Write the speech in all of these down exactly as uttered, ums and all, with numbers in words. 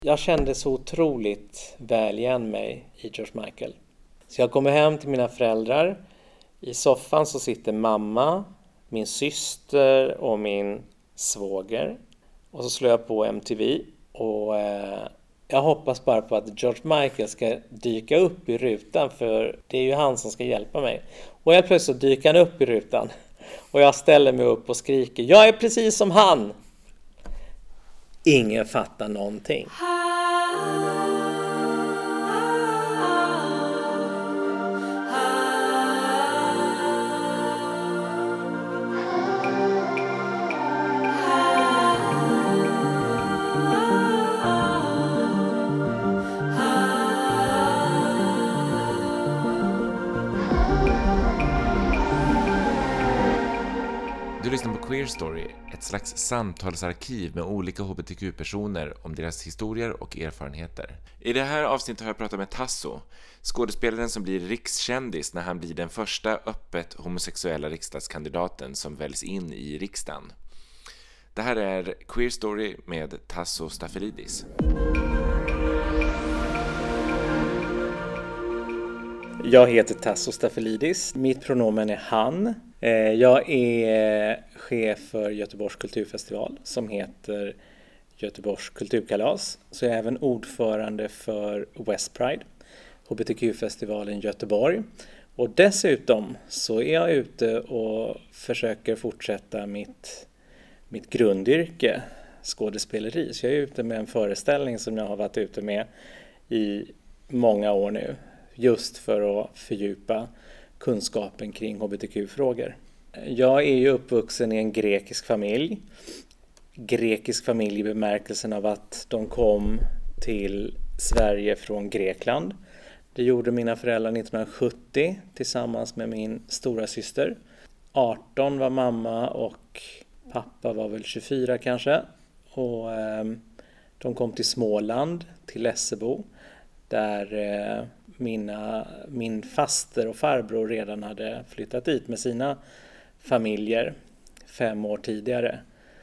Jag kände så otroligt väl igen mig i George Michael. Så jag kommer hem till mina föräldrar. I soffan så sitter mamma, min syster och min svåger. Och så slår jag på M T V. Och eh, jag hoppas bara på att George Michael ska dyka upp i rutan. För det är ju han som ska hjälpa mig. Och helt plötsligt dyker han upp i rutan. Och jag ställer mig upp och skriker: jag är precis som han! Ingen fattar någonting. Du lyssnar på Queer Story, ett slags samtalsarkiv med olika hbtq-personer om deras historier och erfarenheter. I det här avsnittet har jag pratat med Tasso, skådespelaren som blir rikskändis när han blir den första öppet homosexuella riksdagskandidaten som väljs in i riksdagen. Det här är Queer Story med Tasso Staffelidis. Jag heter Tasso Staffelidis. Mitt pronomen är han. Jag är chef för Göteborgs kulturfestival som heter Göteborgs kulturkalas. Så jag är även ordförande för West Pride, H B T Q-festivalen Göteborg. Och dessutom så är jag ute och försöker fortsätta mitt, mitt grundyrke, skådespeleri. Så jag är ute med en föreställning som jag har varit ute med i många år nu. Just för att fördjupa kunskapen kring H B T Q-frågor. Jag är ju uppvuxen i en grekisk familj. Grekisk familj i bemärkelsen av att de kom till Sverige från Grekland. Det gjorde mina föräldrar nittonhundrasjuttio tillsammans med min stora syster. arton var mamma och pappa var väl tjugofyra kanske. Och eh, de kom till Småland, till Lessebo. Där eh, mina, min faster och farbror redan hade flyttat dit med sina familjer fem år tidigare.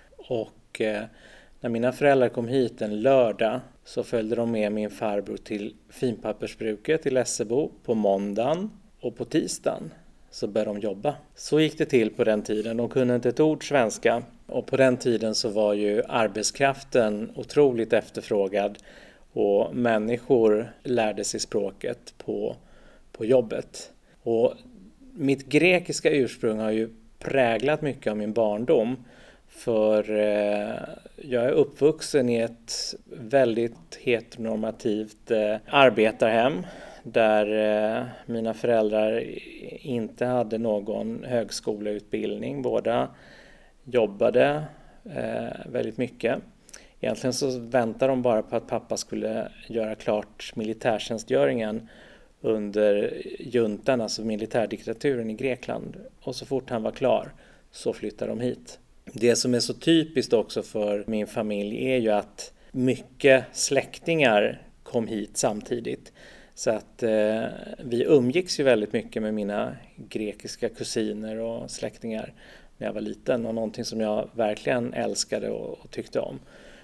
Och eh, när mina föräldrar kom hit en lördag så följde de med min farbror till finpappersbruket i Lessebo på måndagen, och på tisdagen så började de jobba. Så gick det till på den tiden. De kunde inte ett ord svenska, och på den tiden så var ju arbetskraften otroligt efterfrågad. Och människor lärde sig språket på, på jobbet. Och mitt grekiska ursprung har ju präglat mycket av min barndom. För eh, jag är uppvuxen i ett väldigt heteronormativt eh, arbetarhem. Där eh, mina föräldrar inte hade någon högskoleutbildning. Båda jobbade eh, väldigt mycket. Egentligen så väntade de bara på att pappa skulle göra klart militärtjänstgöringen under juntan, alltså militärdiktaturen i Grekland. Och så fort han var klar så flyttade de hit. Det som är så typiskt också för min familj är ju att mycket släktingar kom hit samtidigt. Så att eh, vi umgicks ju väldigt mycket med mina grekiska kusiner och släktingar när jag var liten. Och någonting som jag verkligen älskade och, och tyckte om.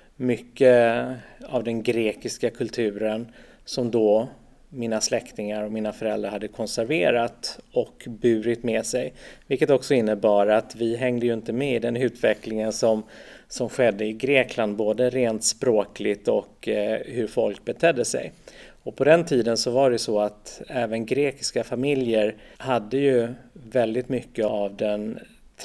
Mycket av den grekiska kulturen som då mina släktingar och mina föräldrar hade konserverat och burit med sig. Vilket också innebar att vi hängde ju inte med i den utvecklingen som, som skedde i Grekland, både rent språkligt och eh, hur folk betedde sig. Och på den tiden så var det så att även grekiska familjer hade ju väldigt mycket av den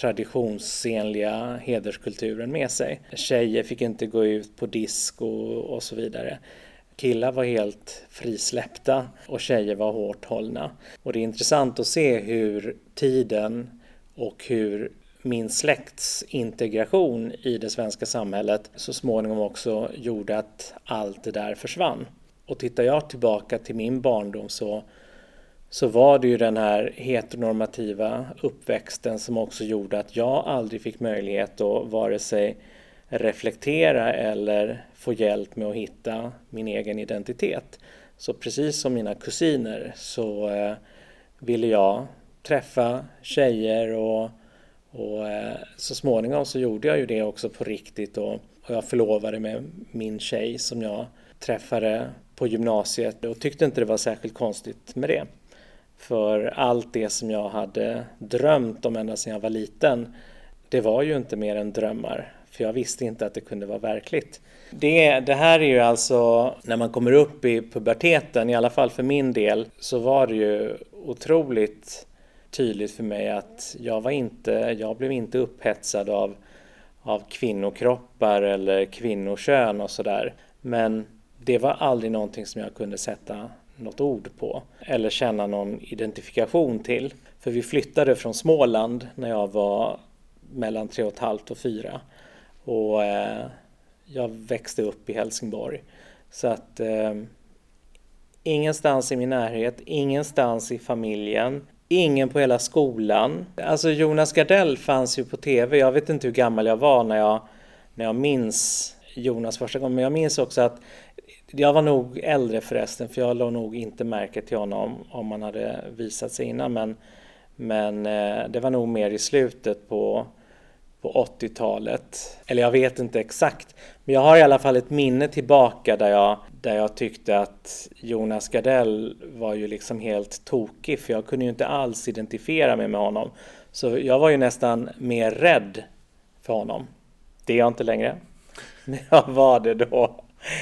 traditionsenliga hederskulturen med sig. Tjejer fick inte gå ut på disco och så vidare. Killar var helt frisläppta och tjejer var hårt hållna. Och det är intressant att se hur tiden och hur min släkts integration i det svenska samhället så småningom också gjorde att allt det där försvann. Och tittar jag tillbaka till min barndom så så var det ju den här heteronormativa uppväxten som också gjorde att jag aldrig fick möjlighet att vare sig reflektera eller få hjälp med att hitta min egen identitet. Så precis som mina kusiner så eh, ville jag träffa tjejer och, och eh, så småningom så gjorde jag ju det också på riktigt och, och jag förlovade med min tjej som jag träffade på gymnasiet och tyckte inte det var särskilt konstigt med det. För allt det som jag hade drömt om ända sedan jag var liten, det var ju inte mer än drömmar. För jag visste inte att det kunde vara verkligt. Det, det här är ju alltså, när man kommer upp i puberteten, i alla fall för min del, så var det ju otroligt tydligt för mig att jag var inte, jag blev inte upphetsad av, av kvinnokroppar eller kvinnokön och sådär. Men det var aldrig någonting som jag kunde sätta något ord på eller känna någon identifikation till. För vi flyttade från Småland när jag var mellan tre och ett halvt och fyra. Och eh, jag växte upp i Helsingborg. Så att eh, ingenstans i min närhet, ingenstans i familjen, ingen på hela skolan. Alltså Jonas Gardell fanns ju på tv. Jag vet inte hur gammal jag var när jag, när jag minns Jonas första gången. Men jag minns också att jag var nog äldre förresten. För jag låg nog inte märke till honom om man hade visat sig innan. Men, men eh, det var nog mer i slutet på... på åttiotalet. Eller jag vet inte exakt. Men jag har i alla fall ett minne tillbaka där jag, där jag tyckte att Jonas Gardell var ju liksom helt tokig. För jag kunde ju inte alls identifiera mig med honom. Så jag var ju nästan mer rädd för honom. Det är jag inte längre. Men jag var det då.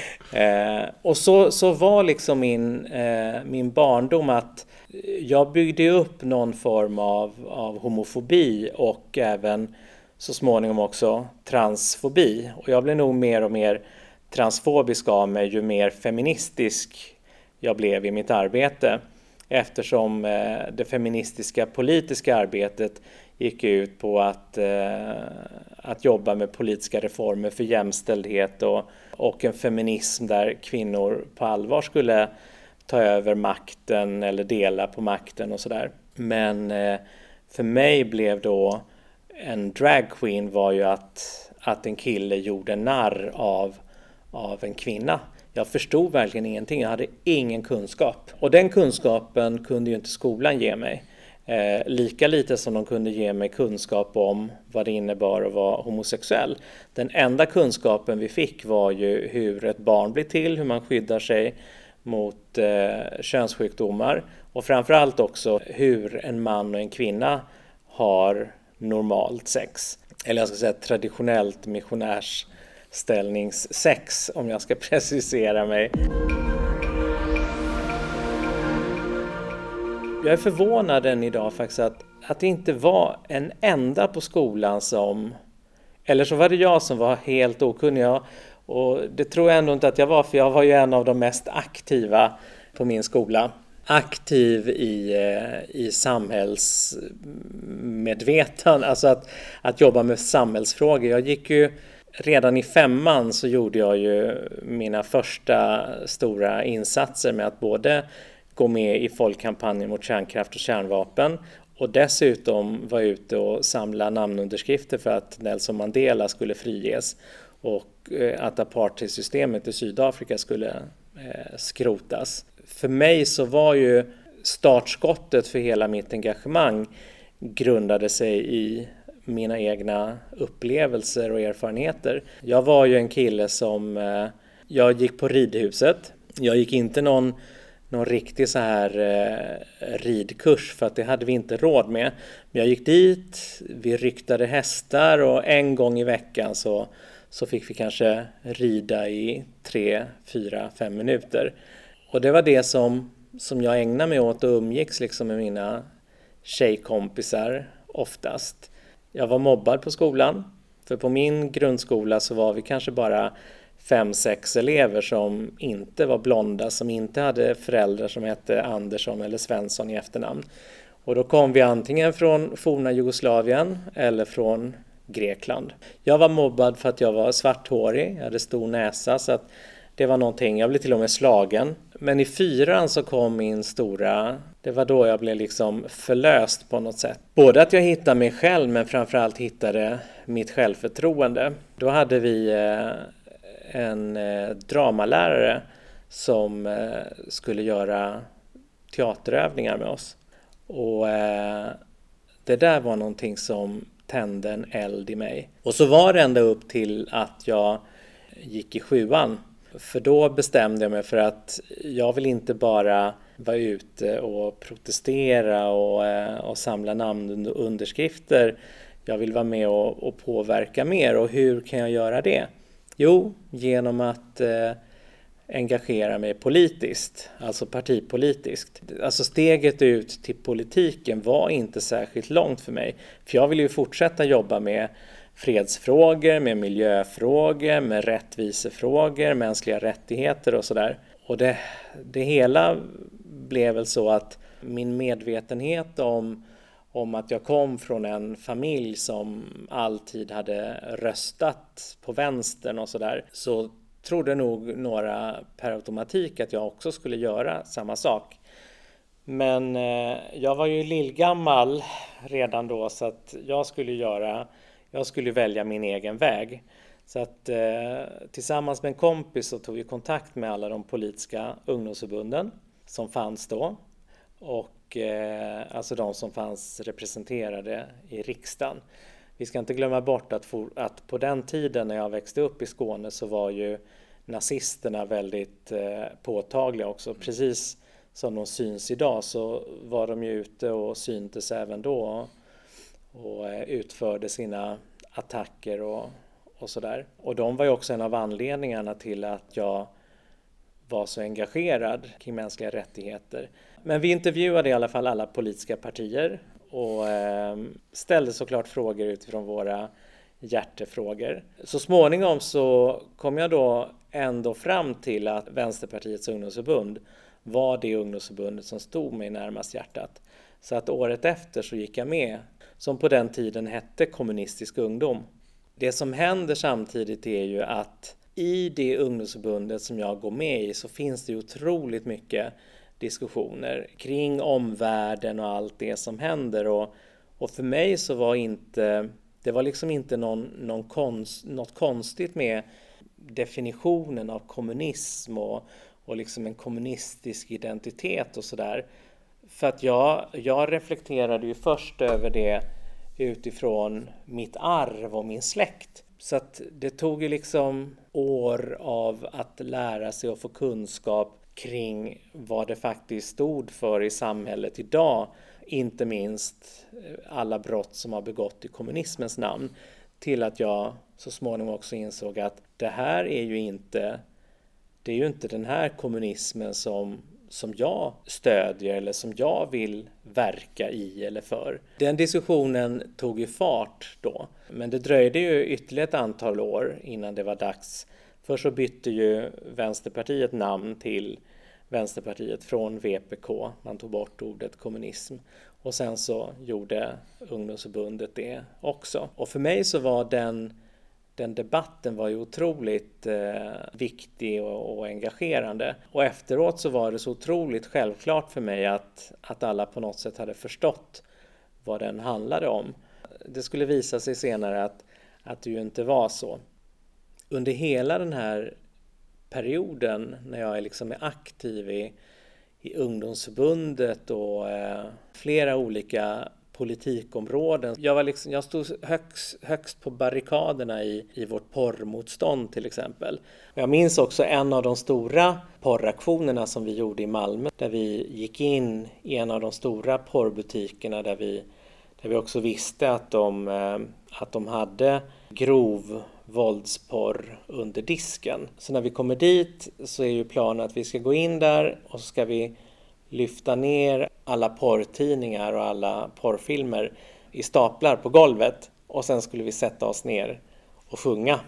Eh, och så, så var liksom min, eh, min barndom att jag byggde upp någon form av, av homofobi och även så småningom också transfobi. Och jag blev nog mer och mer transfobisk av mig ju mer feministisk jag blev i mitt arbete. Eftersom eh, det feministiska politiska arbetet gick ut på att, eh, att jobba med politiska reformer för jämställdhet och, och en feminism där kvinnor på allvar skulle ta över makten eller dela på makten och sådär. Men eh, för mig blev då en drag queen var ju att, att en kille gjorde narr av, av en kvinna. Jag förstod verkligen ingenting. Jag hade ingen kunskap. Och den kunskapen kunde ju inte skolan ge mig. Eh, lika lite som de kunde ge mig kunskap om vad det innebar att vara homosexuell. Den enda kunskapen vi fick var ju hur ett barn blir till, hur man skyddar sig mot eh, könssjukdomar. Och framförallt också hur en man och en kvinna har normalt sex. Eller jag ska säga traditionellt missionärsställningssex om jag ska precisera mig. Jag är förvånad än idag faktiskt att, att det inte var en enda på skolan som, eller så var det jag som var helt okunnig. Och det tror jag ändå inte att jag var, för jag var ju en av de mest aktiva på min skola. Aktiv i, i samhällsmedvetande, alltså att, att jobba med samhällsfrågor. Jag gick ju redan i femman så gjorde jag ju mina första stora insatser med att både gå med i folkkampanjen mot kärnkraft och kärnvapen och dessutom var ute och samla namnunderskrifter för att Nelson Mandela skulle friges och att apartheidsystemet i Sydafrika skulle eh, skrotas. För mig så var ju startskottet för hela mitt engagemang grundade sig i mina egna upplevelser och erfarenheter. Jag var ju en kille som, eh, jag gick på ridhuset. Jag gick inte någon, någon riktig så här eh, ridkurs för att det hade vi inte råd med. Men jag gick dit, vi ryktade hästar och en gång i veckan så, så fick vi kanske rida i tre, fyra, fem minuter. Och det var det som, som jag ägnade mig åt och umgicks liksom med mina tjejkompisar oftast. Jag var mobbad på skolan. För på min grundskola så var vi kanske bara fem, sex elever som inte var blonda. Som inte hade föräldrar som hette Andersson eller Svensson i efternamn. Och då kom vi antingen från forna Jugoslavien eller från Grekland. Jag var mobbad för att jag var svarthårig. Jag hade stor näsa så att det var någonting. Jag blev till och med slagen. Men i fyran så kom min stora... Det var då jag blev liksom förlöst på något sätt. Både att jag hittade mig själv men framförallt hittade mitt självförtroende. Då hade vi en dramalärare som skulle göra teaterövningar med oss. Och det där var någonting som tände en eld i mig. Och så var det ända upp till att jag gick i sjuan. För då bestämde jag mig för att jag vill inte bara vara ute och protestera och, och samla namn och underskrifter. Jag vill vara med och, och påverka mer. Och hur kan jag göra det? Jo, genom att eh, engagera mig politiskt, alltså partipolitiskt. Alltså steget ut till politiken var inte särskilt långt för mig. För jag vill ju fortsätta jobba med fredsfrågor, med miljöfrågor, med rättvisefrågor, mänskliga rättigheter och sådär. Och det, det hela blev väl så att min medvetenhet om, om att jag kom från en familj som alltid hade röstat på vänstern och sådär, så trodde nog några per automatik att jag också skulle göra samma sak. Men eh, jag var ju lillgammal redan då, så att jag skulle göra, jag skulle välja min egen väg. Så att eh, tillsammans med en kompis så tog vi kontakt med alla de politiska ungdomsförbunden som fanns då. Och eh, alltså de som fanns representerade i riksdagen. Vi ska inte glömma bort att, for, att på den tiden när jag växte upp i Skåne så var ju nazisterna väldigt eh, påtagliga också. Precis som de syns idag så var de ju ute och syntes även då och eh, utförde sina attacker och, och sådär. Och de var ju också en av anledningarna till att jag var så engagerad kring mänskliga rättigheter. Men vi intervjuade i alla fall alla politiska partier och eh, ställde såklart frågor utifrån våra hjärtefrågor. Så småningom så kom jag då ändå fram till att Vänsterpartiets ungdomsförbund var det ungdomsförbundet som stod mig närmast hjärtat. Så att året efter så gick jag med, som på den tiden hette Kommunistisk ungdom. Det som händer samtidigt är ju att i det ungdomsförbundet som jag går med i så finns det otroligt mycket diskussioner kring omvärlden och allt det som händer. Och, och för mig så var inte, det var liksom inte någon, någon konst, något konstigt med definitionen av kommunism och, och liksom en kommunistisk identitet och sådär. För att jag, jag reflekterade ju först över det utifrån mitt arv och min släkt. Så att det tog ju liksom år av att lära sig och få kunskap kring vad det faktiskt stod för i samhället idag. Inte minst alla brott som har begått i kommunismens namn. Till att jag så småningom också insåg att det här är ju inte, det är ju inte den här kommunismen som, som jag stödjer eller som jag vill verka i eller för. Den diskussionen tog ju fart då. Men det dröjde ju ytterligare ett antal år innan det var dags. Först så bytte ju Vänsterpartiet namn till Vänsterpartiet från V P K. Man tog bort ordet kommunism. Och sen så gjorde ungdomsförbundet det också. Och för mig så var den, den debatten var ju otroligt eh, viktig och, och engagerande. Och efteråt så var det så otroligt självklart för mig att, att alla på något sätt hade förstått vad den handlade om. Det skulle visa sig senare att, att det ju inte var så. Under hela den här perioden när jag liksom är aktiv i, i ungdomsförbundet och eh, flera olika politikområden. Jag, var liksom, jag stod högst, högst på barrikaderna i, i vårt porrmotstånd till exempel. Jag minns också en av de stora porraktionerna som vi gjorde i Malmö. Där vi gick in i en av de stora porrbutikerna där vi, där vi också visste att de, eh, att de hade grov våldsporr under disken. Så när vi kommer dit så är ju planen att vi ska gå in där och så ska vi lyfta ner alla porrtidningar och alla porrfilmer i staplar på golvet och sen skulle vi sätta oss ner och sjunga.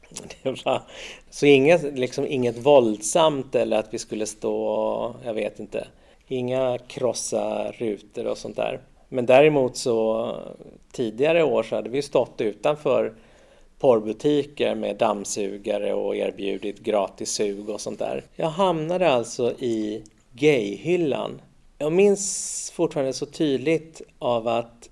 Det var, så inget, liksom inget våldsamt eller att vi skulle stå, jag vet inte, inga krossa rutor och sånt där. Men däremot så tidigare år så hade vi stått utanför porrbutiker med dammsugare och erbjudit gratis sug och sånt där. Jag hamnade alltså i gayhyllan. Jag minns fortfarande så tydligt av att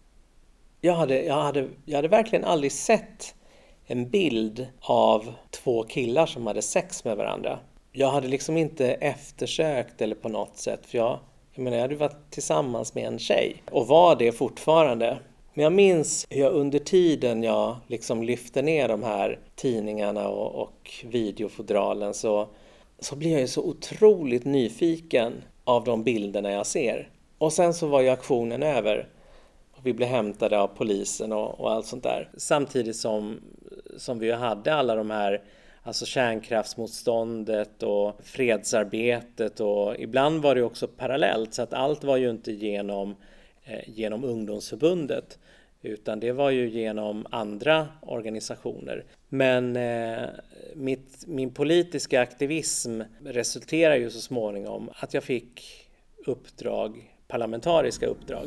jag hade, jag hade, jag hade verkligen aldrig sett en bild av två killar som hade sex med varandra. Jag hade liksom inte eftersökt eller på något sätt. För jag, jag menar, jag hade varit tillsammans med en tjej och var det fortfarande. Men jag minns hur jag under tiden jag liksom lyfte ner de här tidningarna och, och videofodralen så, så blir jag ju så otroligt nyfiken av de bilderna jag ser. Och sen så var ju aktionen över. Vi blev hämtade av polisen och, och allt sånt där. Samtidigt som, som vi hade alla de här, alltså kärnkraftsmotståndet och fredsarbetet. Och ibland var det också parallellt, så att allt var ju inte genom, eh, genom ungdomsförbundet. Utan det var ju genom andra organisationer. Men eh, mitt, min politiska aktivism resulterar ju så småningom att jag fick uppdrag, parlamentariska uppdrag.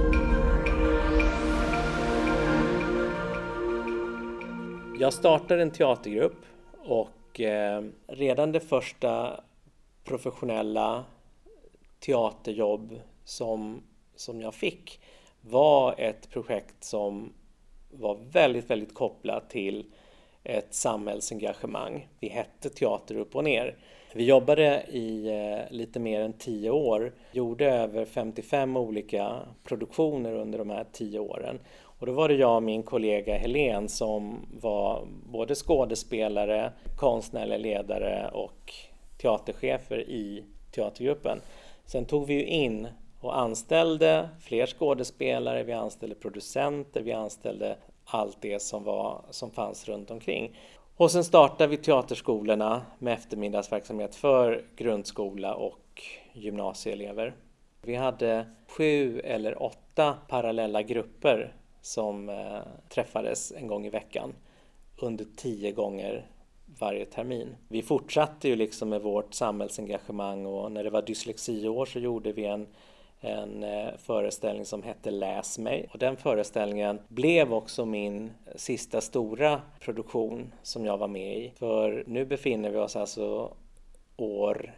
Jag startade en teatergrupp och eh, redan det första professionella teaterjobb som, som jag fick var ett projekt som var väldigt, väldigt kopplat till ett samhällsengagemang. Vi hette Teater upp och ner. Vi jobbade i eh, lite mer än tio år, gjorde över femtiofem olika produktioner under de här tio åren. Och då var det jag och min kollega Helene som var både skådespelare, konstnärlig ledare och teaterchefer i teatergruppen. Sen tog vi ju in och anställde fler skådespelare, vi anställde producenter, vi anställde allt det som, var, som fanns runt omkring. Och sen startade vi teaterskolorna med eftermiddagsverksamhet för grundskola och gymnasieelever. Vi hade sju eller åtta parallella grupper som eh, träffades en gång i veckan under tio gånger varje termin. Vi fortsatte ju liksom med vårt samhällsengagemang och när det var dyslexiår så gjorde vi en, en eh, föreställning som hette Läs mig. Och den föreställningen blev också min sista stora produktion som jag var med i. För nu befinner vi oss alltså år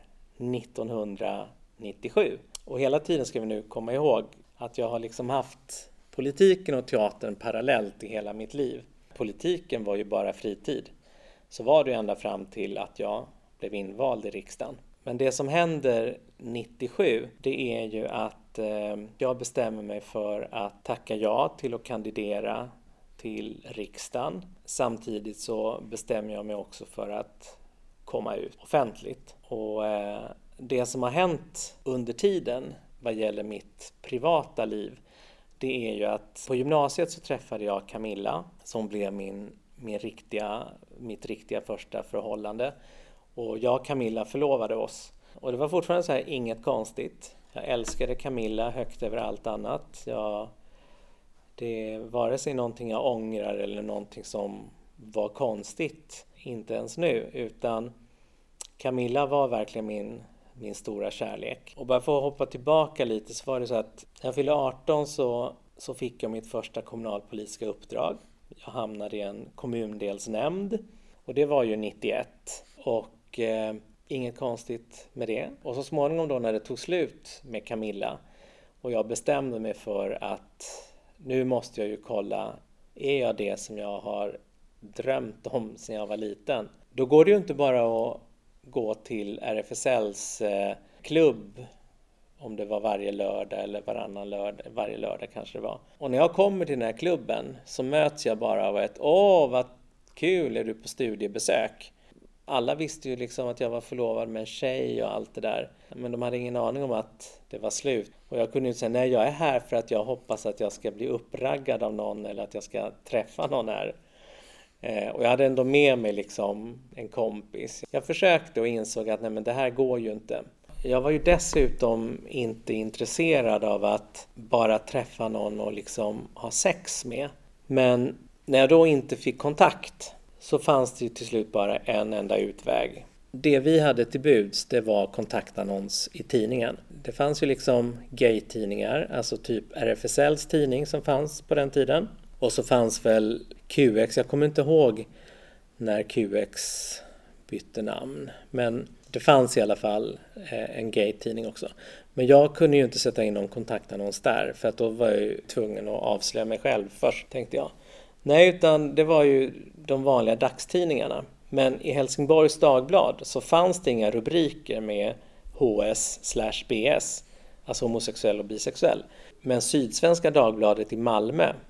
nittonhundranittiosju. Och hela tiden ska vi nu komma ihåg att jag har liksom haft politiken och teatern parallellt i hela mitt liv. Politiken var ju bara fritid. Så var det ända fram till att jag blev invald i riksdagen. Men det som händer nittiosju, det är ju att eh, jag bestämmer mig för att tacka ja till att kandidera till riksdagen. Samtidigt så bestämmer jag mig också för att komma ut offentligt. Och eh, det som har hänt under tiden vad gäller mitt privata liv, det är ju att på gymnasiet så träffade jag Camilla som blev min, min riktiga, mitt riktiga första förhållande. Och jag och Camilla förlovade oss. Och det var fortfarande så här inget konstigt. Jag älskade Camilla högt över allt annat. Jag, det är vare sig någonting jag ångrar eller någonting som var konstigt. Inte ens nu. Utan Camilla var verkligen min, min stora kärlek. Och bara för att hoppa tillbaka lite så var det så att när jag fyllde arton så, så fick jag mitt första kommunalpolitiska uppdrag. Jag hamnade i en kommundelsnämnd. Och det var ju nittioett. Och eh, inget konstigt med det. Och så småningom då när det tog slut med Camilla och jag bestämde mig för att nu måste jag ju kolla, är jag det som jag har drömt om sedan jag var liten? Då går det ju inte bara att gå till R F S L:s eh, klubb, om det var varje lördag eller varannan lördag, varje lördag kanske det var. Och när jag kommer till den här klubben så möts jag bara av ett åh vad kul, är du på studiebesök? Alla visste ju liksom att jag var förlovad med en tjej och allt det där. Men de hade ingen aning om att det var slut. Och jag kunde ju säga, nej jag är här för att jag hoppas att jag ska bli uppraggad av någon eller att jag ska träffa någon här. Eh, och jag hade ändå med mig liksom en kompis. Jag försökte och insåg att nej men det här går ju inte. Jag var ju dessutom inte intresserad av att bara träffa någon och liksom ha sex med. Men när jag då inte fick kontakt så fanns det ju till slut bara en enda utväg. Det vi hade till buds, det var kontaktannons i tidningen. Det fanns ju liksom gay-tidningar, alltså typ R F S L:s tidning som fanns på den tiden. Och så fanns väl Q X, jag kommer inte ihåg när Q X bytte namn. Men det fanns i alla fall en gay-tidning också. Men jag kunde ju inte sätta in någon kontaktannons där, för att då var jag ju tvungen att avslöja mig själv först, tänkte jag. Nej, utan det var ju de vanliga dagstidningarna. Men i Helsingborgs Dagblad så fanns det inga rubriker med H S slash B S, alltså homosexuell och bisexuell. Men Sydsvenska Dagbladet i Malmö,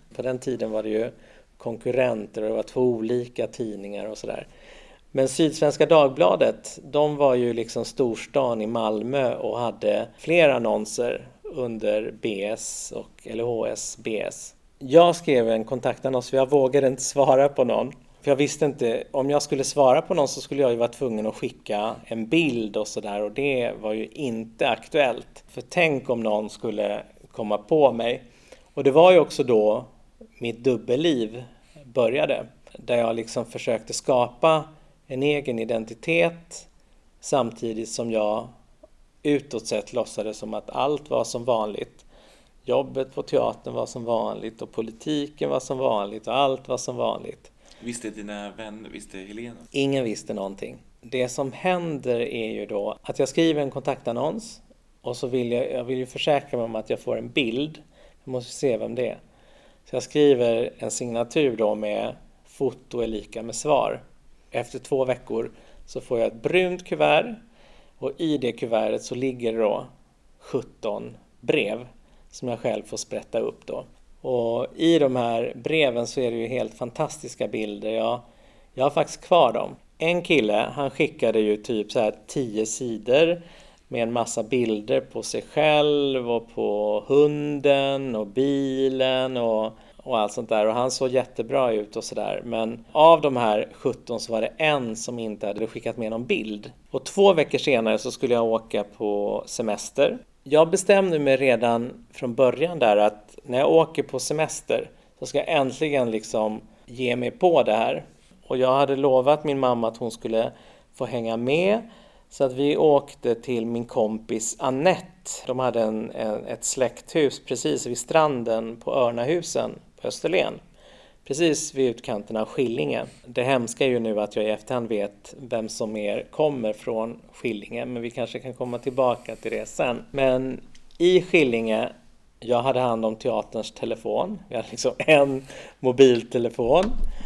På den tiden var det ju konkurrenter och det var två olika tidningar och sådär. Men Sydsvenska Dagbladet, de var ju liksom storstan i Malmö och hade fler annonser under B S och eller H S B S. Jag skrev en kontaktannons för jag vågade inte svara på någon. För jag visste inte, om jag skulle svara på någon så skulle jag ju vara tvungen att skicka en bild och sådär. Och det var ju inte aktuellt. För tänk om någon skulle komma på mig. Och det var ju också då mitt dubbelliv började. Där jag liksom försökte skapa en egen identitet samtidigt som jag utåt sett låtsades som att allt var som vanligt. Jobbet på teatern var som vanligt och politiken var som vanligt och allt var som vanligt. Visste dina vänner, visste Helena? Ingen visste någonting. Det som händer är ju då att jag skriver en kontaktannons och så vill jag, jag vill ju försäkra mig om att jag får en bild. Jag måste se vem det är. Så jag skriver en signatur då med foto är lika med svar. Efter två veckor så får jag ett brunt kuvert och i det kuvertet så ligger det då sjutton brev som jag själv får sprätta upp då. Och i de här breven så är det ju helt fantastiska bilder. Jag, jag har faktiskt kvar dem. En kille, han skickade ju typ så här tio sidor med en massa bilder på sig själv och på hunden och bilen och, och allt sånt där. Och han såg jättebra ut och sådär. Men av de här sjutton så var det en som inte hade skickat med någon bild. Och två veckor senare så skulle jag åka på semester. Jag bestämde mig redan från början där att när jag åker på semester så ska jag äntligen liksom ge mig på det här. Och jag hade lovat min mamma att hon skulle få hänga med. Så att vi åkte till min kompis Annette. De hade en, en, ett släkthus precis vid stranden på Örnahusen på Österlen. Precis vid utkanten av Skillinge. Det hemska är ju nu att jag i efterhand vet vem som mer kommer från Skillinge. Men vi kanske kan komma tillbaka till det sen. Men i Skillinge, jag hade hand om teaterns telefon. Vi hade liksom en mobiltelefon.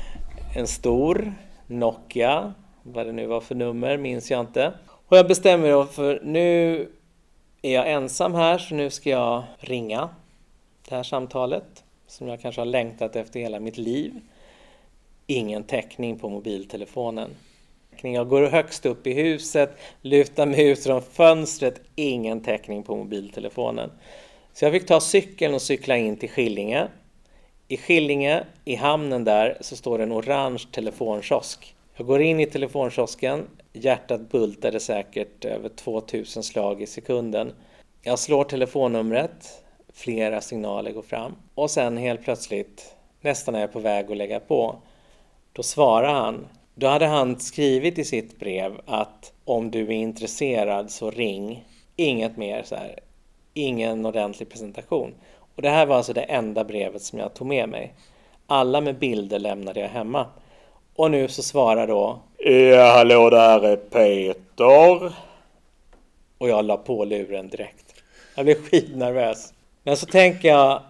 En stor Nokia. Vad det nu var för nummer minns jag inte. Och jag bestämmer då för nu är jag ensam här så nu ska jag ringa det här samtalet. Som jag kanske har längtat efter hela mitt liv. Ingen täckning på mobiltelefonen. Jag går högst upp i huset, lutar mig ut från fönstret, ingen täckning på mobiltelefonen. Så jag fick ta cykeln och cykla in till Skillinge. I Skillinge, i hamnen där, så står det en orange telefonkiosk. Jag går in i telefonkiosken, hjärtat bultade säkert över tvåtusen slag i sekunden. Jag slår telefonnumret. Flera signaler går fram. Och sen helt plötsligt, nästan är jag på väg att lägga på. Då svarar han. Då hade han skrivit i sitt brev att om du är intresserad så ring. Inget mer så här. Ingen ordentlig presentation. Och det här var alltså det enda brevet som jag tog med mig. Alla med bilder lämnade jag hemma. Och nu så svarar då. Ja, hallå, där är Peter. Och jag la på luren direkt. Jag blev skitnervös. Men så tänker jag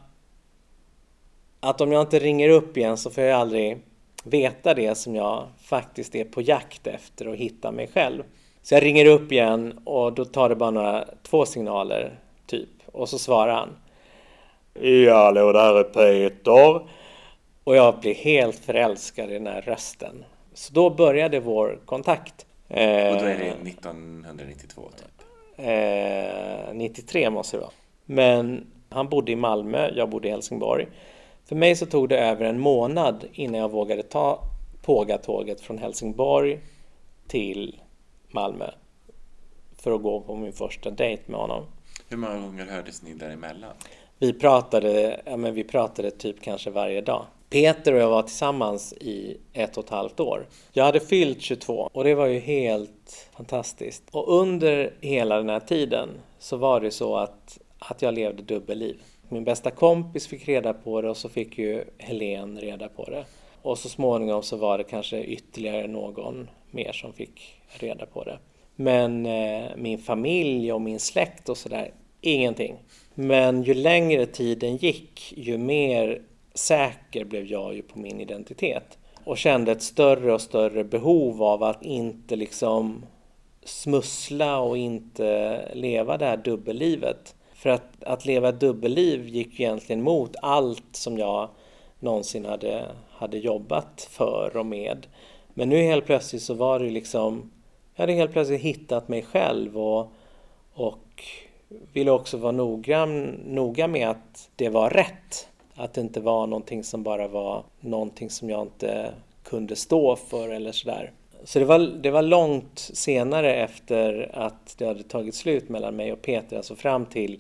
att om jag inte ringer upp igen så får jag aldrig veta det som jag faktiskt är på jakt efter och hitta mig själv. Så jag ringer upp igen och då tar det bara några två signaler typ. Och så svarar han. Ja, hallå, det här är Peter. Och jag blir helt förälskad i den här rösten. Så då började vår kontakt. Och då är det nittonhundranittiotvå typ? Eh, nittiotre måste det vara. Men han bodde i Malmö, jag bodde i Helsingborg. För mig så tog det över en månad innan jag vågade ta Pågatåget från Helsingborg till Malmö. För att gå på min första dejt med honom. Hur många gånger hördes ni däremellan? Vi pratade, ja, men vi pratade typ kanske varje dag. Peter och jag var tillsammans i ett och ett halvt år. Jag hade fyllt tjugotvå och det var ju helt fantastiskt. Och under hela den här tiden så var det så att, att jag levde dubbelliv. Min bästa kompis fick reda på det och så fick ju Helen reda på det. Och så småningom så var det kanske ytterligare någon mer som fick reda på det. Men eh, min familj och min släkt och sådär, ingenting. Men ju längre tiden gick, ju mer säker blev jag ju på min identitet. Och kände ett större och större behov av att inte liksom smussla och inte leva det här dubbellivet. För att, att leva ett dubbelliv gick egentligen mot allt som jag någonsin hade, hade jobbat för och med. Men nu helt plötsligt så var det liksom, jag hade helt plötsligt hittat mig själv och, och ville också vara noggrann, noga med att det var rätt. Att det inte var någonting som bara var någonting som jag inte kunde stå för eller sådär. Så det var, det var långt senare efter att det hade tagit slut mellan mig och Peter, alltså fram till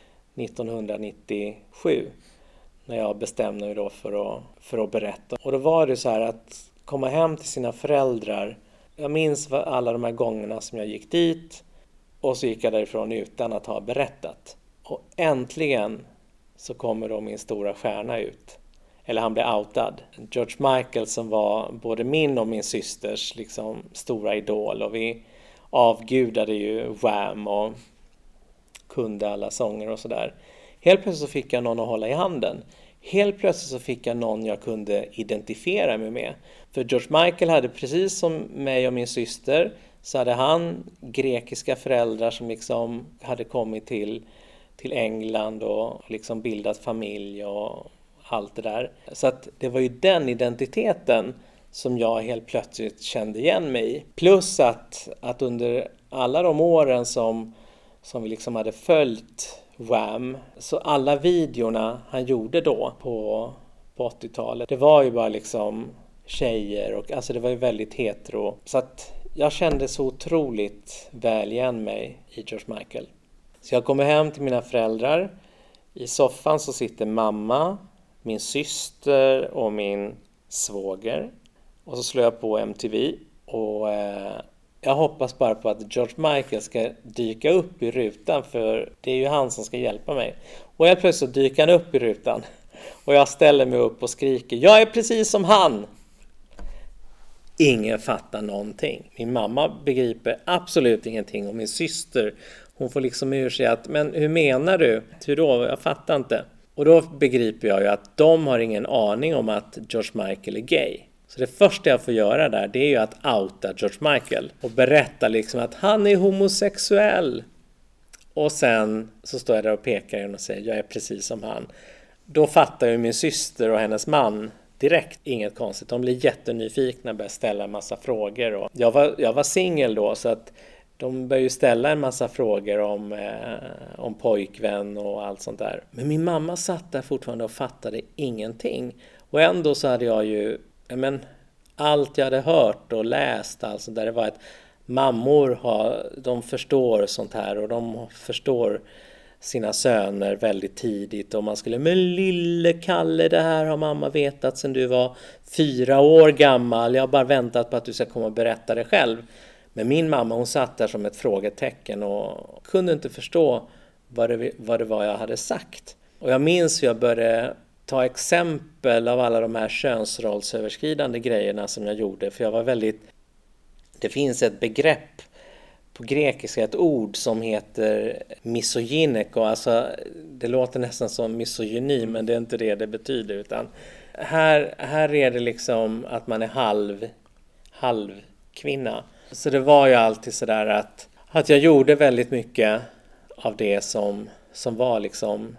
nittonhundranittiosju, när jag bestämde mig då för att, för att berätta. Och då var det så här att komma hem till sina föräldrar. Jag minns alla de här gångerna som jag gick dit och så gick jag därifrån utan att ha berättat. Och äntligen så kommer då min stora stjärna ut. Eller han blev outad. George Michael, som var både min och min systers liksom stora idol. Och vi avgudade ju Wham och kunde alla sånger och sådär. Helt plötsligt så fick jag någon att hålla i handen. Helt plötsligt så fick jag någon jag kunde identifiera mig med. För George Michael hade, precis som mig och min syster, så hade han grekiska föräldrar som liksom hade kommit till, till England och liksom bildat familj och allt det där. Så att det var ju den identiteten som jag helt plötsligt kände igen mig i. Plus att, att under alla de åren som, som vi liksom hade följt Wham, så alla videorna han gjorde då på, på åttiotalet, det var ju bara liksom tjejer och alltså det var ju väldigt hetero. Så att jag kände så otroligt väl igen mig i George Michael. Så jag kommer hem till mina föräldrar. I soffan så sitter mamma, min syster och min svåger. Och så slår jag på M T V och eh, jag hoppas bara på att George Michael ska dyka upp i rutan, för det är ju han som ska hjälpa mig. Och helt plötsligt dyker han upp i rutan och jag ställer mig upp och skriker: jag är precis som han! Ingen fattar någonting. Min mamma begriper absolut ingenting och min syster, hon får liksom ur sig att, men hur menar du? Hur då? Jag fattar inte. Och då begriper jag ju att de har ingen aning om att George Michael är gay. Så det första jag får göra där, det är ju att outa George Michael och berätta liksom att han är homosexuell. Och sen så står jag där och pekar och säger: jag är precis som han. Då fattar ju min syster och hennes man direkt inget konstigt. De blir jättenyfikna och börjar ställa en massa frågor. Och jag var, jag var singel då, så att de började ju ställa en massa frågor om, eh, om pojkvän och allt sånt där. Men min mamma satt där fortfarande och fattade ingenting. Och ändå så hade jag ju, ja men, allt jag hade hört och läst, alltså där det var att mammor har, de förstår sånt här och de förstår sina söner väldigt tidigt. Och man skulle, men lille Kalle, det här har mamma vetat sedan du var fyra år gammal. Jag har bara väntat på att du ska komma och berätta det själv. Men min mamma, hon satt där som ett frågetecken och kunde inte förstå vad det, vad det var jag hade sagt. Och jag minns hur jag började ta exempel av alla de här könsrollsöverskridande grejerna som jag gjorde. För jag var väldigt, det finns ett begrepp på grekiska, ett ord som heter misogyneko. Alltså det låter nästan som misogyni, men det är inte det det betyder. Utan här, här är det liksom att man är halv, halv kvinna. Så det var ju alltid sådär att, att jag gjorde väldigt mycket av det som, som var liksom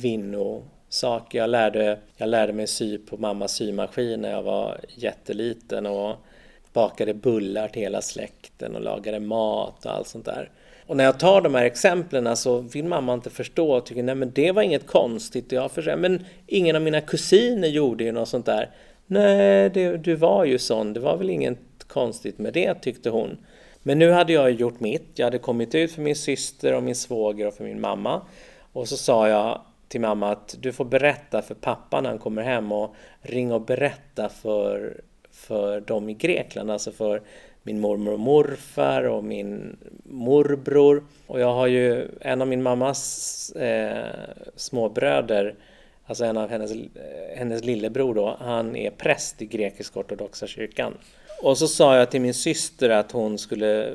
kvinnosaker. Jag lärde, jag lärde mig sy på mammas symaskin när jag var jätteliten och bakade bullar till hela släkten och lagade mat och allt sånt där. Och när jag tar de här exemplen så vill mamma inte förstå och tycker, nej men det var inget konstigt. Jag förstår, men ingen av mina kusiner gjorde ju något sånt där. Nej, det, du var ju sån. Det var väl inget konstigt med det, tyckte hon. Men nu hade jag gjort mitt. Jag hade kommit ut för min syster och min svåger och för min mamma. Och så sa jag till mamma att du får berätta för pappa när han kommer hem och ringa och berätta för, för dem i Grekland. Alltså för min mormor och morfar och min morbror. Och jag har ju en av min mammas eh, småbröder, alltså en av hennes, hennes lillebror då, han är präst i grekisk-ortodoxa kyrkan. Och så sa jag till min syster att hon skulle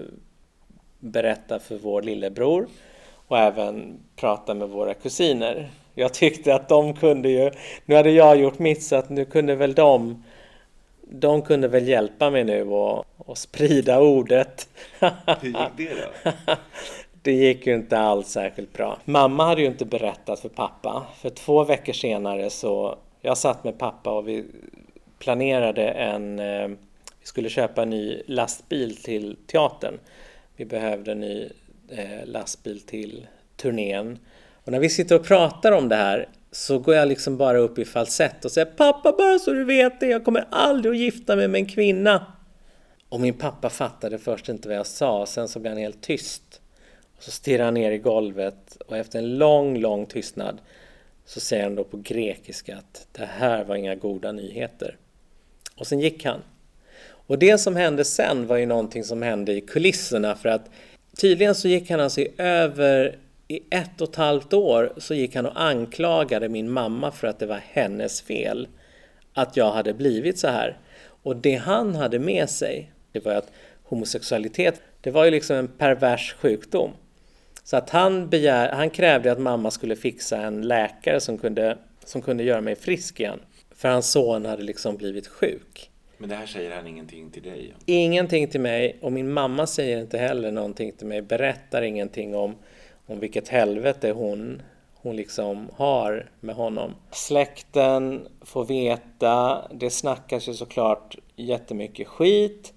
berätta för vår lillebror och även prata med våra kusiner. Jag tyckte att de kunde ju, nu hade jag gjort mitt så att nu kunde väl de, de kunde väl hjälpa mig nu och, och sprida ordet. Hur gick det då? Det gick ju inte alls särskilt bra. Mamma hade ju inte berättat för pappa. För två veckor senare så, Jag satt med pappa och vi planerade en... Eh, vi skulle köpa en ny lastbil till teatern. Vi behövde en ny eh, lastbil till turnén. Och när vi sitter och pratar om det här så går jag liksom bara upp i falsett och säger: pappa, bara så du vet det, jag kommer aldrig att gifta mig med en kvinna. Och min pappa fattade först inte vad jag sa. Sen så blev han helt tyst. Och så stirrar han ner i golvet. Och efter en lång, lång tystnad så säger han då på grekiska att det här var inga goda nyheter. Och sen gick han. Och det som hände sen var ju någonting som hände i kulisserna. För att tydligen så gick han alltså i över... I ett och ett halvt år så gick han och anklagade min mamma för att det var hennes fel att jag hade blivit så här. Och det han hade med sig, det var att homosexualitet, det var ju liksom en pervers sjukdom. Så att han, begär, han krävde att mamma skulle fixa en läkare som kunde, som kunde göra mig frisk igen. För hans son hade liksom blivit sjuk. Men det här säger han ingenting till dig? Ingenting till mig, och min mamma säger inte heller någonting till mig, berättar ingenting om om vilket helvete hon, hon liksom har med honom. Släkten får veta, det snackas ju såklart jättemycket skit.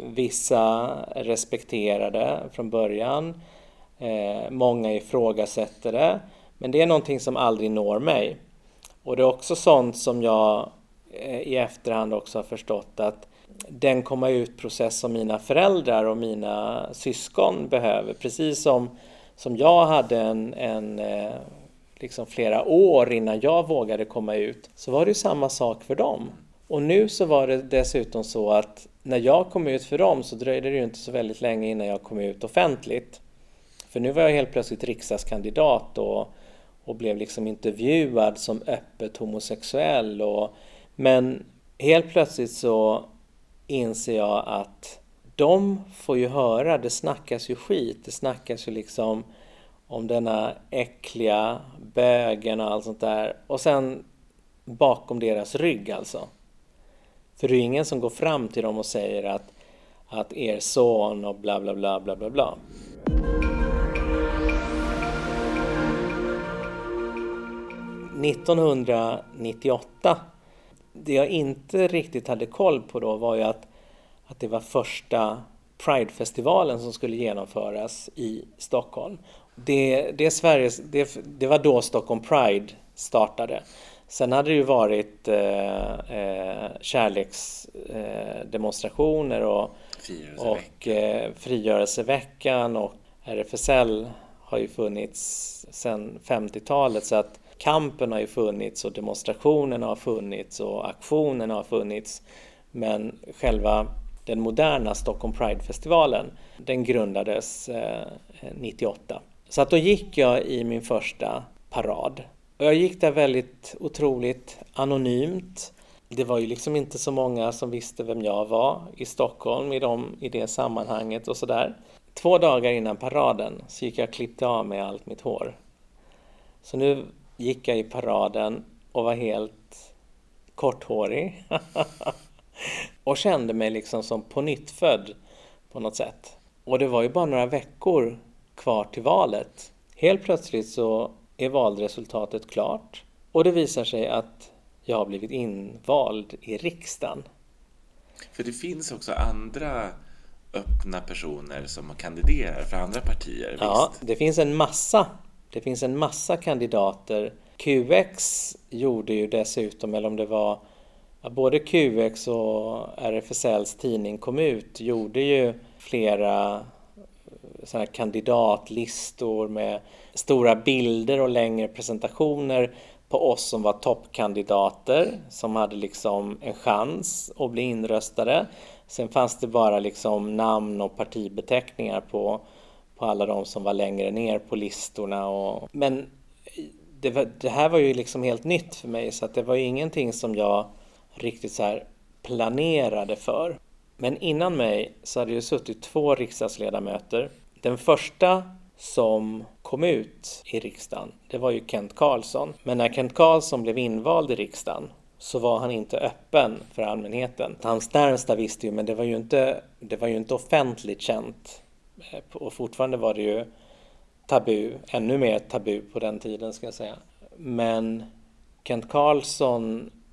Vissa respekterar det från början. Eh, många ifrågasätter det. Men det är någonting som aldrig når mig. Och det är också sånt som jag eh, i efterhand också har förstått att den komma ut-process som mina föräldrar och mina syskon behöver. Precis som Som jag hade en, en eh, liksom flera år innan jag vågade komma ut, så var det ju samma sak för dem. Och nu så var det dessutom så att när jag kom ut för dem så dröjde det ju inte så väldigt länge innan jag kom ut offentligt. För nu var jag helt plötsligt riksdagskandidat och, och blev liksom intervjuad som öppet homosexuell. Och, men helt plötsligt så inser jag att de får ju höra, det snackas ju skit, det snackas ju liksom om denna äckliga bögen och allt sånt där. Och sen bakom deras rygg alltså. För det är ingen som går fram till dem och säger att, att er son och bla bla bla bla bla bla. nittonhundranittioåtta, det jag inte riktigt hade koll på då var ju att att det var första Pride-festivalen som skulle genomföras i Stockholm. Det, det, är Sveriges, det, det var då Stockholm Pride startade. Sen hade det ju varit eh, eh, kärleksdemonstrationer eh, och, och eh, frigörelseveckan, och R F S L har ju funnits sedan femtiotalet, så att kampen har ju funnits och demonstrationerna har funnits och aktionerna har funnits. Men själva den moderna Stockholm Pride-festivalen, den grundades eh, nittioåtta. Så att då gick jag i min första parad. Och jag gick där väldigt otroligt anonymt. Det var ju liksom inte så många som visste vem jag var i Stockholm i, de, i det sammanhanget och sådär. Två dagar innan paraden så gick jag och klippte av mig allt mitt hår. Så nu gick jag i paraden och var helt korthårig. Och kände mig liksom som på nytt född på något sätt. Och det var ju bara några veckor kvar till valet. Helt plötsligt så är valresultatet klart. Och det visar sig att jag har blivit invald i riksdagen. För det finns också andra öppna personer som kandiderar för andra partier, Ja, visst? det finns en massa. Det finns en massa kandidater. Q X gjorde ju dessutom, eller om det var... Ja, både Q X och R F S L:s tidning kom ut, gjorde ju flera såna här kandidatlistor med stora bilder och längre presentationer på oss som var toppkandidater, som hade liksom en chans att bli inröstade. Sen fanns det bara liksom namn och partibeteckningar på, på alla de som var längre ner på listorna. Och, men det, var, det här var ju liksom helt nytt för mig, så att det var ju ingenting som jag riktigt så här planerade för. Men innan mig så hade ju suttit två riksdagsledamöter. Den första som kom ut i riksdagen, det var ju Kent Karlsson. Men när Kent Karlsson blev invald i riksdagen så var han inte öppen för allmänheten. Hans närmsta visste ju, men det var ju inte, det var ju inte offentligt känt. Och fortfarande var det ju tabu, ännu mer tabu på den tiden ska jag säga. Men Kent Karlsson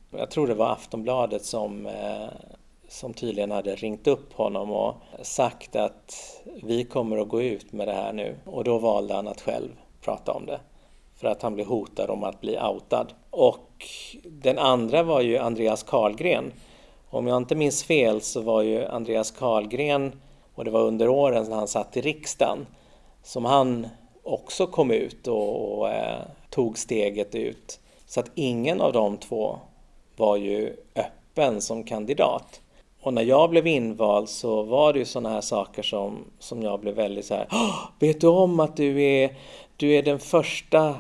Jag tror det var Aftonbladet som, eh, som tydligen hade ringt upp honom och sagt att vi kommer att gå ut med det här nu. Och då valde han att själv prata om det. För att han blev hotad om att bli outad. Och den andra var ju Andreas Carlgren. Om jag inte minns fel så var ju Andreas Carlgren, och det var under åren när han satt i riksdagen, som han också kom ut och, och eh, tog steget ut. Så att ingen av de två var ju öppen som kandidat. Och när jag blev invald så var det ju sådana här saker som, som jag blev väldigt så här: vet du om att du är, du är den första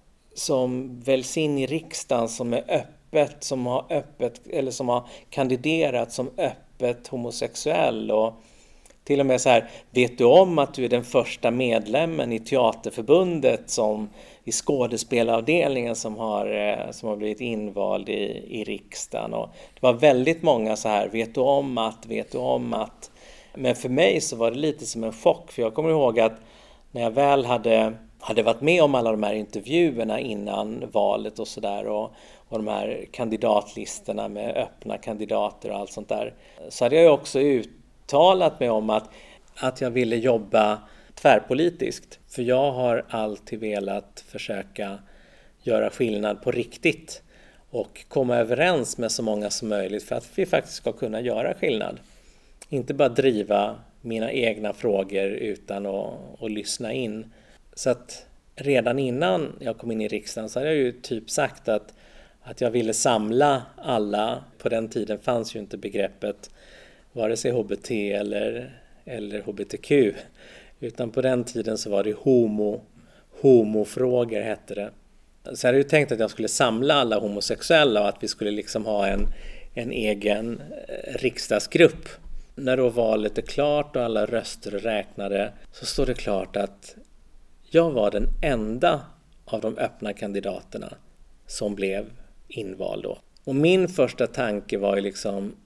som väljs in i riksdagen som är öppet, som har öppet eller som har kandiderat som öppet homosexuell, och till och med så här: vet du om att du är den första medlemmen i Teaterförbundet som i skådespelavdelningen som har, som har blivit invald i, i riksdagen. Och det var väldigt många så här: vet du om att, vet du om att. Men för mig så var det lite som en chock, för jag kommer ihåg att när jag väl hade, hade varit med om alla de här intervjuerna innan valet och sådär, och, och de här kandidatlistorna med öppna kandidater och allt sånt där, så hade jag ju också uttalat mig om att, att jag ville jobba tvärpolitiskt. För jag har alltid velat försöka göra skillnad på riktigt och komma överens med så många som möjligt för att vi faktiskt ska kunna göra skillnad. Inte bara driva mina egna frågor utan att, att lyssna in. Så att redan innan jag kom in i riksdagen så hade jag ju typ sagt att, att jag ville samla alla. På den tiden fanns ju inte begreppet vare sig H B T eller, eller H B T Q. Utan på den tiden så var det homo, homofrågor hette det. Så jag hade ju tänkt att jag skulle samla alla homosexuella och att vi skulle liksom ha en, en egen riksdagsgrupp. När då valet är klart och alla röster är räknade så står det klart att jag var den enda av de öppna kandidaterna som blev invald då. Och min första tanke var ju liksom,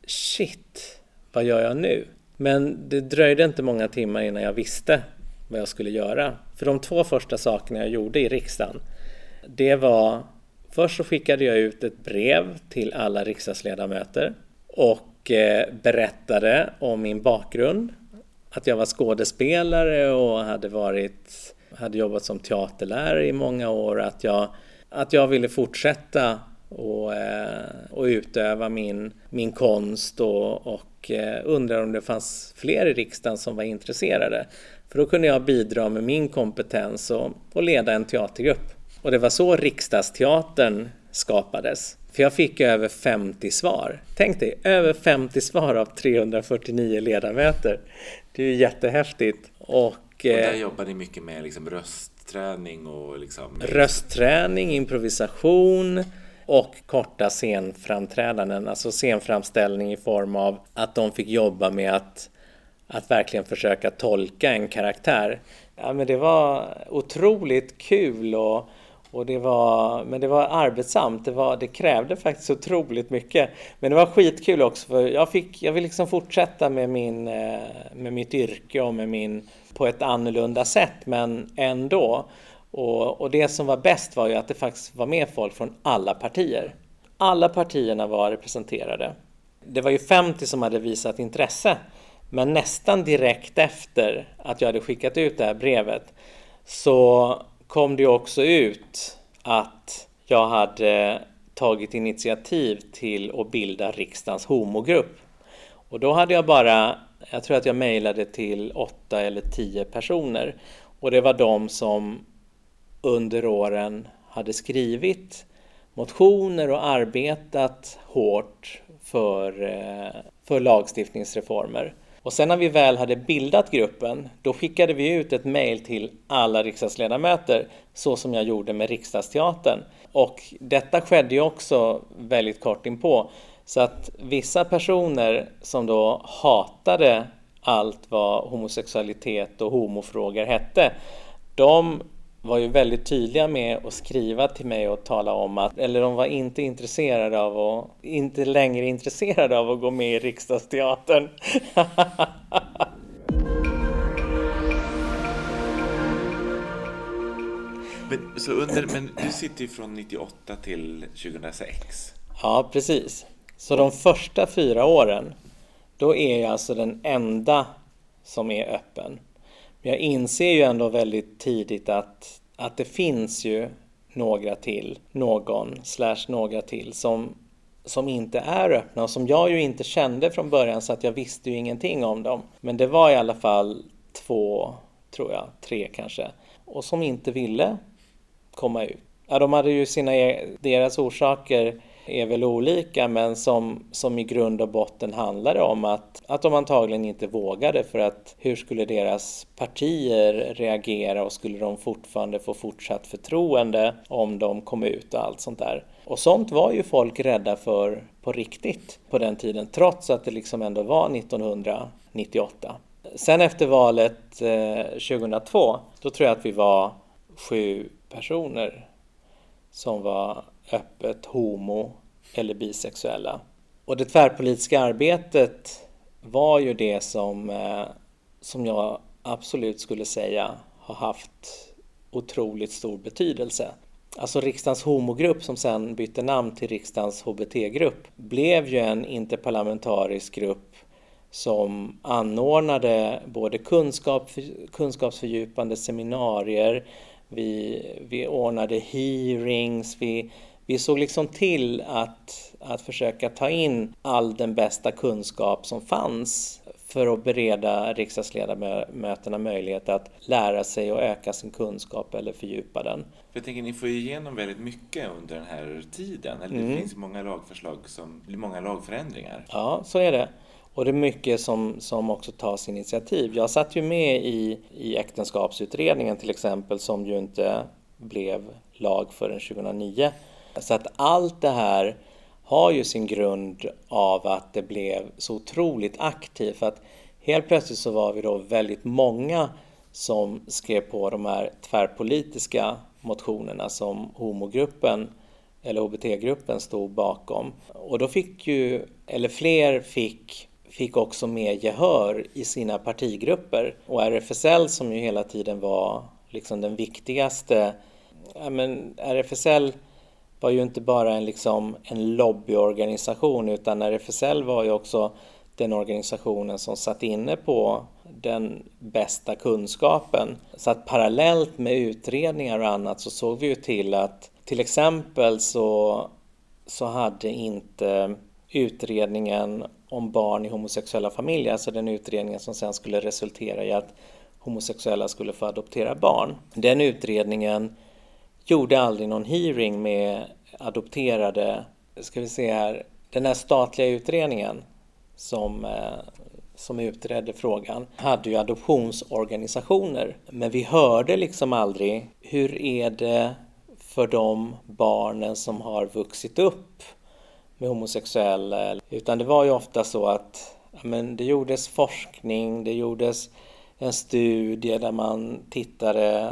shit, vad gör jag nu? Men det dröjde inte många timmar innan jag visste vad jag skulle göra. För de två första sakerna jag gjorde i riksdagen, det var, först så skickade jag ut ett brev till alla riksdagsledamöter och eh, berättade om min bakgrund. Att jag var skådespelare och hade varit, hade jobbat som teaterlärare i många år. Att jag, att jag ville fortsätta och, eh, och utöva min, min konst och, och eh, undrar om det fanns fler i riksdagen som var intresserade. För då kunde jag bidra med min kompetens och, och leda en teatergrupp. Och det var så Riksdagsteatern skapades. För jag fick över femtio svar. Tänk dig, över femtio svar av trehundrafyrtionio ledamöter. Det är ju jättehäftigt. Och, och där eh, jobbar ni mycket med liksom röstträning och liksom... Röstträning, improvisation och korta scenframträdanden. Alltså scenframställning i form av att de fick jobba med att, att verkligen försöka tolka en karaktär. Ja, men det var otroligt kul och, och det var, men det var arbetsamt. Det, var, det krävde faktiskt otroligt mycket. Men det var skitkul också för jag fick, jag vill liksom fortsätta med, min, med mitt yrke och med min, på ett annorlunda sätt, men ändå. Och, och det som var bäst var ju att det faktiskt var med folk från alla partier. Alla partierna var representerade. Det var ju femtio som hade visat intresse. Men nästan direkt efter att jag hade skickat ut det här brevet så kom det också ut att jag hade tagit initiativ till att bilda riksdagens homogrupp. Och då hade jag bara, jag tror att jag mejlade till åtta eller tio personer. Och det var de som under åren hade skrivit motioner och arbetat hårt för, för lagstiftningsreformer. Och sen när vi väl hade bildat gruppen, då skickade vi ut ett mejl till alla riksdagsledamöter, så som jag gjorde med Riksdagsteatern. Och detta skedde ju också väldigt kort inpå. Så att vissa personer som då hatade allt vad homosexualitet och homofrågor hette, de var ju väldigt tydliga med att skriva till mig och tala om att, eller de var inte intresserade av och inte längre intresserade av att gå med i Riksdagsteatern. men, så under, men du sitter ju från nittioåtta till tjugohundrasex. Ja, precis. Så de första fyra åren, då är jag alltså den enda som är öppen. Men jag inser ju ändå väldigt tidigt att, att det finns ju några till, någon slash några till som, som inte är öppna och som jag ju inte kände från början, så att jag visste ju ingenting om dem. Men det var i alla fall två, tror jag, tre kanske, och som inte ville komma ut. Ja, de hade ju sina, deras orsaker är väl olika, men som, som i grund och botten handlade om att, att de antagligen inte vågade, för att hur skulle deras partier reagera och skulle de fortfarande få fortsatt förtroende om de kom ut och allt sånt där. Och sånt var ju folk rädda för på riktigt på den tiden, trots att det liksom ändå var nittonhundranittioåtta. Sen efter valet eh, tjugohundratvå, då tror jag att vi var sju personer som var öppet homo eller bisexuella. Och det tvärpolitiska arbetet var ju det som, eh, som jag absolut skulle säga har haft otroligt stor betydelse. Alltså riksdagens homogrupp, som sen bytte namn till riksdagens H B T-grupp, blev ju en interparlamentarisk grupp som anordnade både kunskap, kunskapsfördjupande seminarier, vi, vi ordnade hearings, vi, vi såg liksom till att, att försöka ta in all den bästa kunskap som fanns för att bereda riksdagsledamöterna möjlighet att lära sig och öka sin kunskap eller fördjupa den. Jag tänker, ni får igenom väldigt mycket under den här tiden, eller det mm. finns många lagförslag som blir många lagförändringar. Ja, så är det. Och det är mycket som, som också tas initiativ. Jag satt ju med i, i äktenskapsutredningen till exempel, som ju inte blev lag förrän tjugohundranio. Så att allt det här har ju sin grund av att det blev så otroligt aktivt. För att helt plötsligt så var vi då väldigt många som skrev på de här tvärpolitiska motionerna som homogruppen eller H B T-gruppen stod bakom. Och då fick ju, eller fler fick, fick också mer gehör i sina partigrupper. Och R F S L, som ju hela tiden var liksom den viktigaste, ja men R F S L var ju inte bara en, liksom, en lobbyorganisation, utan R F S L var ju också den organisationen som satt inne på den bästa kunskapen. Så att parallellt med utredningar och annat så såg vi ju till att till exempel så, så hade inte utredningen om barn i homosexuella familjer, alltså den utredningen som sen skulle resultera i att homosexuella skulle få adoptera barn. Den utredningen gjorde aldrig någon hearing med adopterade, ska vi se här, den här statliga utredningen som, som utredde frågan hade ju adoptionsorganisationer. Men vi hörde liksom aldrig, hur är det för de barnen som har vuxit upp med homosexuella? Utan det var ju ofta så att ja, men det gjordes forskning, det gjordes en studie där man tittade,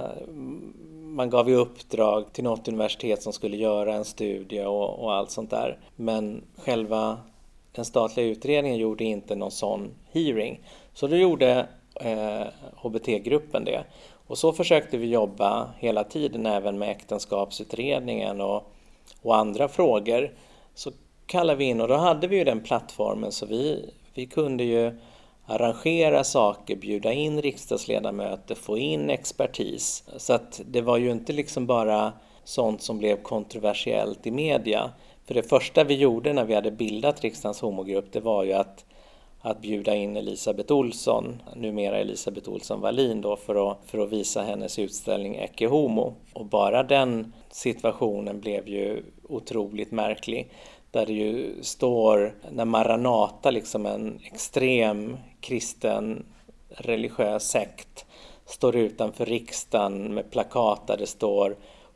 man gav ju uppdrag till något universitet som skulle göra en studie och, och allt sånt där. Men själva den statliga utredningen gjorde inte någon sån hearing. Så då gjorde eh, H B T-gruppen det. Och så försökte vi jobba hela tiden även med äktenskapsutredningen och, och andra frågor. Så kallade vi in, och då hade vi ju den plattformen, så vi, vi kunde ju arrangera saker, bjuda in riksdagsledamöter, få in expertis. Så att det var ju inte liksom bara sånt som blev kontroversiellt i media. För det första vi gjorde när vi hade bildat riksdagens homogrupp, det var ju att, att bjuda in Elisabeth Olsson, numera Elisabeth Olsson Wallin då, för att, för att visa hennes utställning Ecce Homo. Och bara den situationen blev ju otroligt märklig. Där det ju står, när Maranata, liksom en extrem kristen religiös sekt, står utanför riksdagen med plakat där det står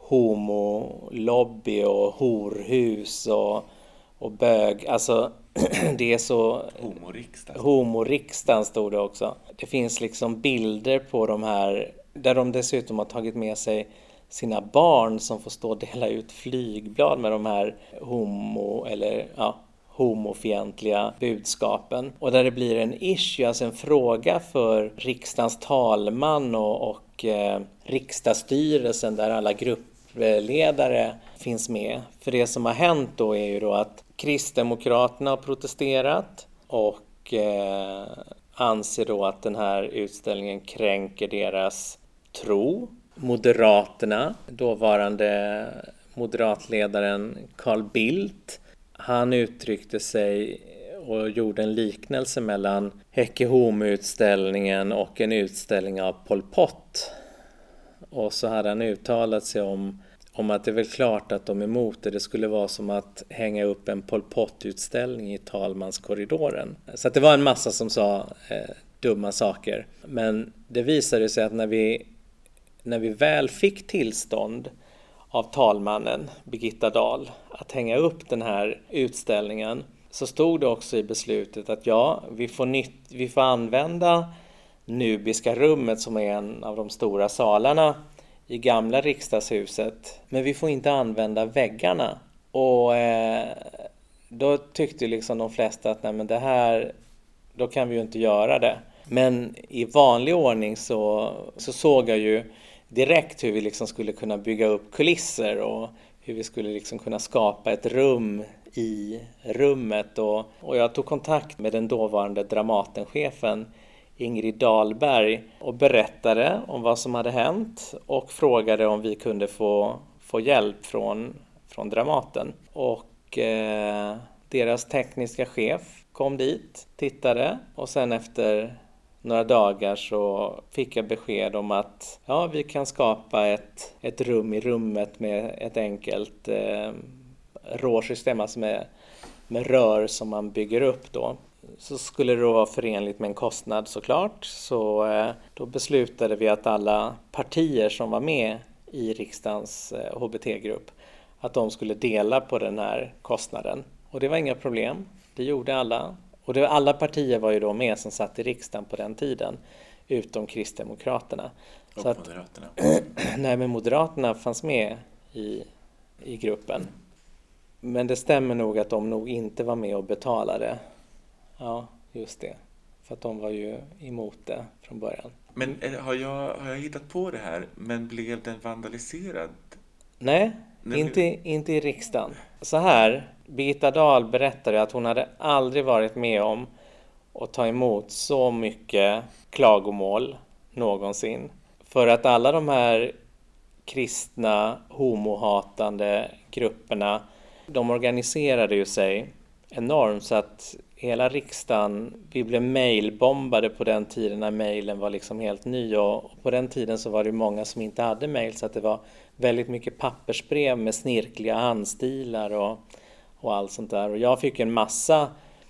homolobby och horhus och, och bög. Alltså det är så... Homoriksdagen. Homoriksdagen stod det också. Det finns liksom bilder på de här, där de dessutom har tagit med sig sina barn som får stå och dela ut flygblad med de här homo eller ja, homofientliga budskapen. Och där det blir en issue, alltså en fråga för riksdagens talman och, och eh, riksdagsstyrelsen, där alla grupp, gruppledare finns med. För det som har hänt då är ju då att Kristdemokraterna har protesterat och eh, anser då att den här utställningen kränker deras tro. Moderaterna, dåvarande moderatledaren Carl Bildt, han uttryckte sig och gjorde en liknelse mellan Häcke Homo-utställningen och en utställning av Pol Pot. Och så hade han uttalat sig om, om att det är väl klart att de är emot det. Det skulle vara som att hänga upp en Pol Pot-utställning i talmanskorridoren. Så att det var en massa som sa eh, dumma saker. Men det visade sig att när vi, när vi väl fick tillstånd av talmannen Birgitta Dahl att hänga upp den här utställningen, så stod det också i beslutet att ja, vi får, nytt, vi får använda Nubiska rummet som är en av de stora salarna i gamla riksdagshuset, men vi får inte använda väggarna. Och eh, då tyckte liksom de flesta att nej, men det här, då kan vi ju inte göra det. Men i vanlig ordning så, så såg jag ju direkt hur vi liksom skulle kunna bygga upp kulisser och hur vi skulle liksom kunna skapa ett rum i rummet. Och, och jag tog kontakt med den dåvarande Dramatenchefen Ingrid Dahlberg och berättade om vad som hade hänt och frågade om vi kunde få, få hjälp från, från Dramaten. Och eh, deras tekniska chef kom dit, tittade och sen efter några dagar så fick jag besked om att ja, vi kan skapa ett, ett rum i rummet med ett enkelt eh, råsystem, alltså med, med rör som man bygger upp då. Så skulle det då vara förenligt med en kostnad såklart. Så eh, då beslutade vi att alla partier som var med i riksdagens eh, H B T-grupp, att de skulle dela på den här kostnaden. Och det var inga problem, det gjorde alla. Och det, alla partier var ju då med som satt i riksdagen på den tiden, utom Kristdemokraterna. Och så att, Moderaterna. nej, men Moderaterna fanns med i, i gruppen. Men det stämmer nog att de nog inte var med och betalade. Ja, just det. För att de var ju emot det från början. Men har jag, har jag hittat på det här, men blev den vandaliserad? Nej, Nej inte, men... inte i riksdagen. Så här, Birgitta Dahl berättade att hon hade aldrig varit med om att ta emot så mycket klagomål någonsin. För att alla de här kristna, homohatande grupperna, de organiserade ju sig enormt så att hela riksdagen, vi blev mejlbombade på den tiden när mejlen var liksom helt ny, och på den tiden så var det många som inte hade mejl, så att det var väldigt mycket pappersbrev med snirkliga handstilar och, och allt sånt där. Och jag fick en massa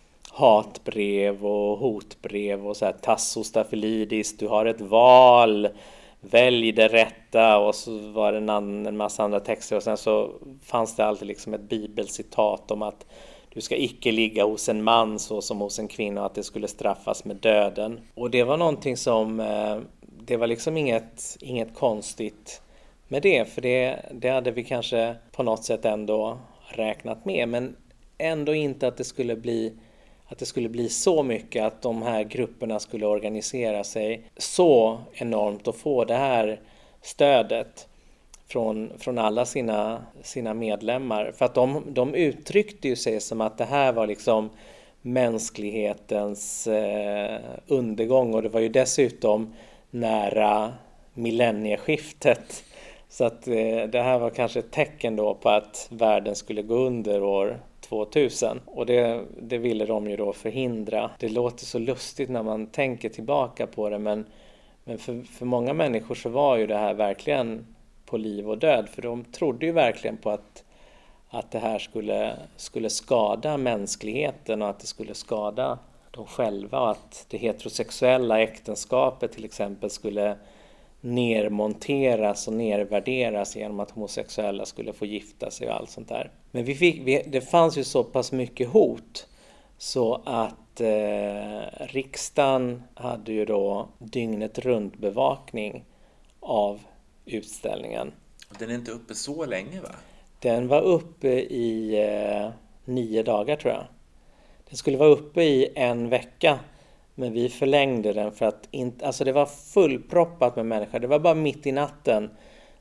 hatbrev och hotbrev och så här: Tasso Staffelidis, du har ett val, välj det rätta, och så var det en, en massa andra texter, och sen så fanns det alltid liksom ett bibelcitat om att du ska icke ligga hos en man så som hos en kvinna, att det skulle straffas med döden. Och det var någonting som, det var liksom inget, inget konstigt med det, för det, det hade vi kanske på något sätt ändå räknat med, men ändå inte att det skulle bli att det skulle bli så mycket, att de här grupperna skulle organisera sig så enormt och få det här stödet från, från alla sina, sina medlemmar. För att de, de uttryckte ju sig som att det här var liksom mänsklighetens eh, undergång, och det var ju dessutom nära millennieskiftet. Så att eh, det här var kanske ett tecken då på att världen skulle gå under år tvåtusen, och det, det ville de ju då förhindra. Det låter så lustigt när man tänker tillbaka på det, men, men för, för många människor så var ju det här verkligen på liv och död, för de trodde ju verkligen på att, att det här skulle, skulle skada mänskligheten och att det skulle skada dem själva, och att det heterosexuella äktenskapet till exempel skulle nermonteras och nervärderas genom att homosexuella skulle få gifta sig och allt sånt där. Men vi fick, vi, det fanns ju så pass mycket hot så att eh, riksdagen hade ju då dygnet runt bevakning av utställningen. Den är inte uppe så länge, va? Den var uppe i eh, nio dagar tror jag. Den skulle vara uppe i en vecka. Men vi förlängde den för att inte, alltså det var fullproppat med människor. Det var bara mitt i natten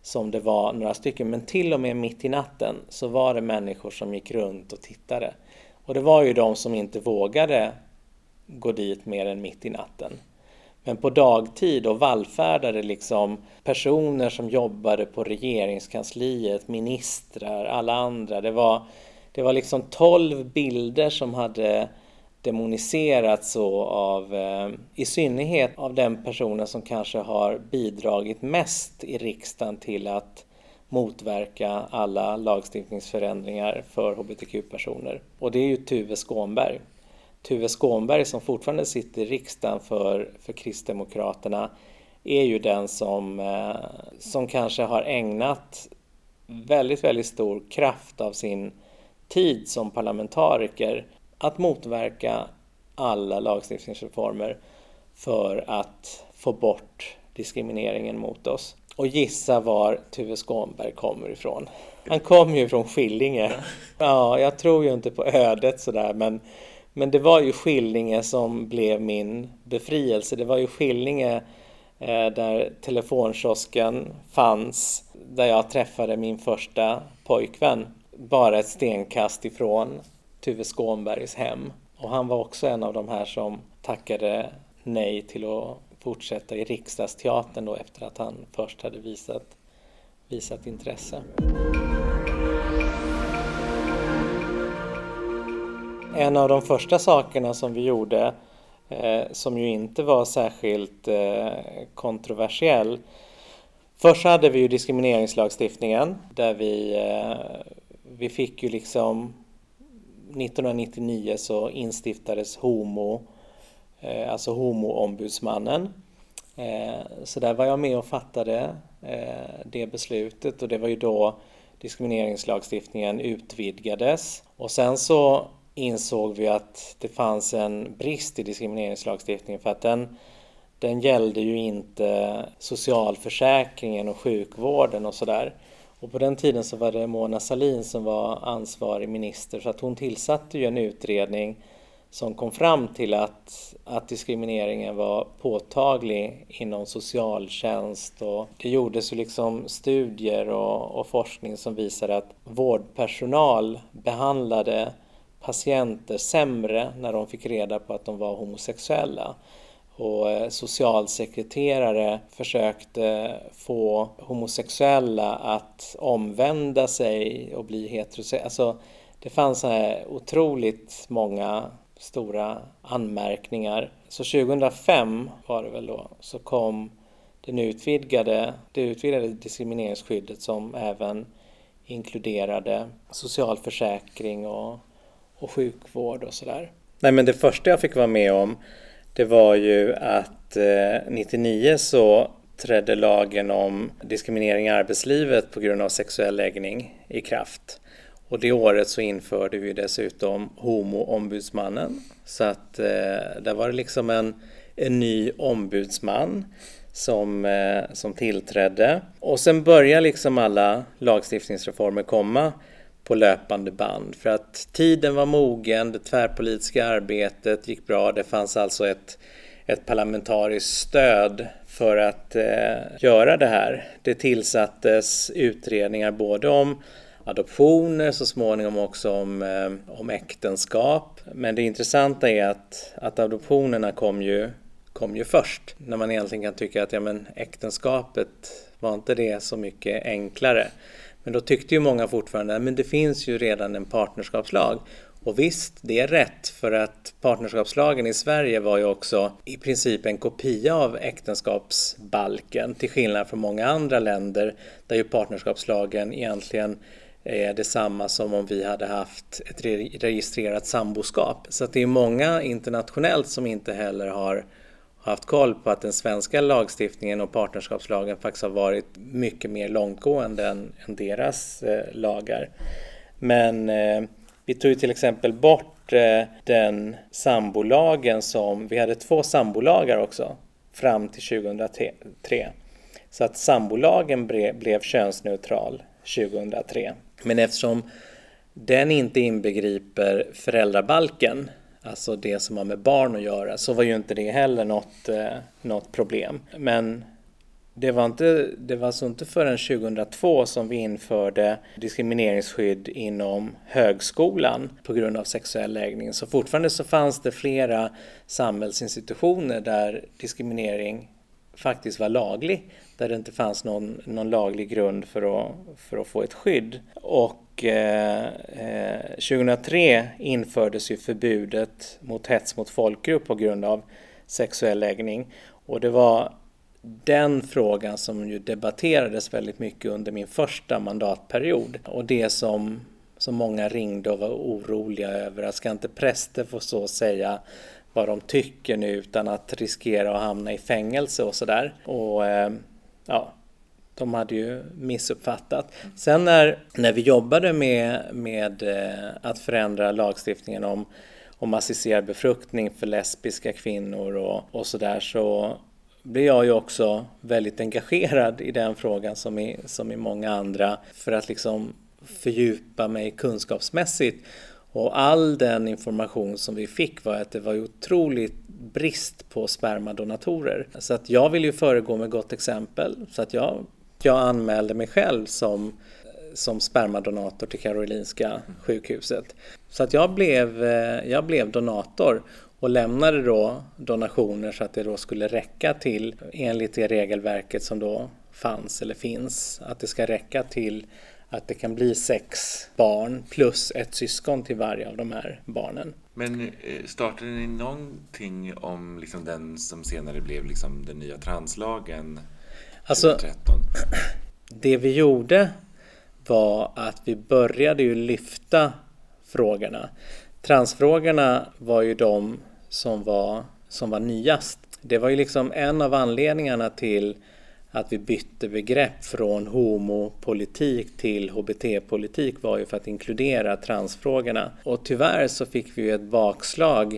som det var några stycken. Men till och med mitt i natten så var det människor som gick runt och tittade. Och det var ju de som inte vågade gå dit mer än mitt i natten. Men på dagtid och vallfärdade liksom personer som jobbade på regeringskansliet, ministrar, alla andra. Det var, det var liksom tolv bilder som hade demoniserats så av, eh, i synnerhet av den personen som kanske har bidragit mest i riksdagen till att motverka alla lagstiftningsförändringar för hbtq-personer. Och det är ju Tuve Skånberg. Tuve Skånberg som fortfarande sitter i riksdagen för, för Kristdemokraterna är ju den som, eh, som kanske har ägnat väldigt, väldigt stor kraft av sin tid som parlamentariker att motverka alla lagstiftningsreformer för att få bort diskrimineringen mot oss. Och gissa var Tuve Skånberg kommer ifrån. Han kommer ju från Skillinge. Ja, jag tror ju inte på ödet sådär, men Men det var ju Skillinge som blev min befrielse. Det var ju Skillinge eh, där telefonkiosken fanns. Där jag träffade min första pojkvän. Bara ett stenkast ifrån Tuve Skånbergs hem. Och han var också en av de här som tackade nej till att fortsätta i Riksdagsteatern då, efter att han först hade visat, visat intresse. En av de första sakerna som vi gjorde, eh, som ju inte var särskilt eh, kontroversiell. Först hade vi ju diskrimineringslagstiftningen där vi, eh, vi fick ju liksom nittonhundranittionio så instiftades homo, eh, alltså homoombudsmannen. Eh, så där var jag med och fattade eh, det beslutet, och det var ju då diskrimineringslagstiftningen utvidgades. Och sen så insåg vi att det fanns en brist i diskrimineringslagstiftningen, för att den, den gällde ju inte socialförsäkringen och sjukvården och sådär. Och på den tiden så var det Mona Sahlin som var ansvarig minister, så att hon tillsatte ju en utredning som kom fram till att, att diskrimineringen var påtaglig inom socialtjänst, och det gjordes ju liksom studier och, och forskning som visade att vårdpersonal behandlade patienter sämre när de fick reda på att de var homosexuella. Och socialsekreterare försökte få homosexuella att omvända sig och bli heterosexuella. Alltså, det fanns så här otroligt många stora anmärkningar. Så tjugohundrafem var det väl då, så kom den utvidgade, det utvidgade diskrimineringsskyddet som även inkluderade socialförsäkring och och sjukvård och sådär. Nej, men det första jag fick vara med om, det var ju att eh, nittionio så trädde lagen om diskriminering i arbetslivet på grund av sexuell läggning i kraft. Och det året så införde vi dessutom homoombudsmannen. Så att eh, där var det liksom en, en ny ombudsman som, eh, som tillträdde. Och sen började liksom alla lagstiftningsreformer komma på löpande band, för att tiden var mogen, det tvärpolitiska arbetet gick bra. Det fanns alltså ett, ett parlamentariskt stöd för att eh, göra det här. Det tillsattes utredningar både om adoptioner, så småningom också om, eh, om äktenskap. Men det intressanta är att, att adoptionerna kom ju, kom ju först, när man egentligen kan tycka att ja, men äktenskapet var inte det så mycket enklare. Men då tyckte ju många fortfarande att det finns ju redan en partnerskapslag. Och visst, det är rätt, för att partnerskapslagen i Sverige var ju också i princip en kopia av äktenskapsbalken, till skillnad från många andra länder där ju partnerskapslagen egentligen är detsamma som om vi hade haft ett registrerat samboskap. Så att det är många internationellt som inte heller har haft koll på att den svenska lagstiftningen och partnerskapslagen faktiskt har varit mycket mer långtgående än, än deras eh, lagar. Men eh, vi tog ju till exempel bort eh, den sambolagen som, vi hade två sambolagar också fram till tjugohundratre. Så att sambolagen bre, blev könsneutral tjugohundratre. Men eftersom den inte inbegriper föräldrabalken, alltså det som har med barn att göra, så var ju inte det heller något, eh, något problem. Men Det var, inte, det var alltså inte förrän tjugohundratvå som vi införde diskrimineringsskydd inom högskolan på grund av sexuell läggning. Så fortfarande så fanns det flera samhällsinstitutioner där diskriminering faktiskt var laglig. Där det inte fanns någon, någon laglig grund för att, för att få ett skydd. Och eh, tjugohundratre infördes ju förbudet mot hets mot folkgrupp på grund av sexuell läggning. Och det var den frågan som ju debatterades väldigt mycket under min första mandatperiod. Och det som, som många ringde och var oroliga över, att ska inte präster få så säga vad de tycker nu utan att riskera att hamna i fängelse och sådär. Och eh, ja, de hade ju missuppfattat. Sen när, när vi jobbade med, med eh, att förändra lagstiftningen om, om assisterad befruktning för lesbiska kvinnor och, och sådär, så blev jag ju också väldigt engagerad i den frågan som i, som i många andra, för att liksom fördjupa mig kunskapsmässigt. Och all den information som vi fick var att det var otroligt brist på spermadonatorer. Så att jag vill ju föregå med gott exempel. Så att jag, jag anmälde mig själv som, som spermadonator till Karolinska sjukhuset. Så att jag blev, jag blev donator och lämnade då donationer så att det då skulle räcka till, enligt det regelverket som då fanns eller finns, att det ska räcka till att det kan bli sex barn plus ett syskon till varje av de här barnen. Men startade ni någonting om liksom den som senare blev liksom den nya translagen tjugohundratretton? Alltså, det vi gjorde var att vi började ju lyfta frågorna. Transfrågorna var ju de som var, som var nyast. Det var ju liksom en av anledningarna till att vi bytte begrepp från homopolitik till H B T-politik, var ju för att inkludera transfrågorna. Och tyvärr så fick vi ju ett bakslag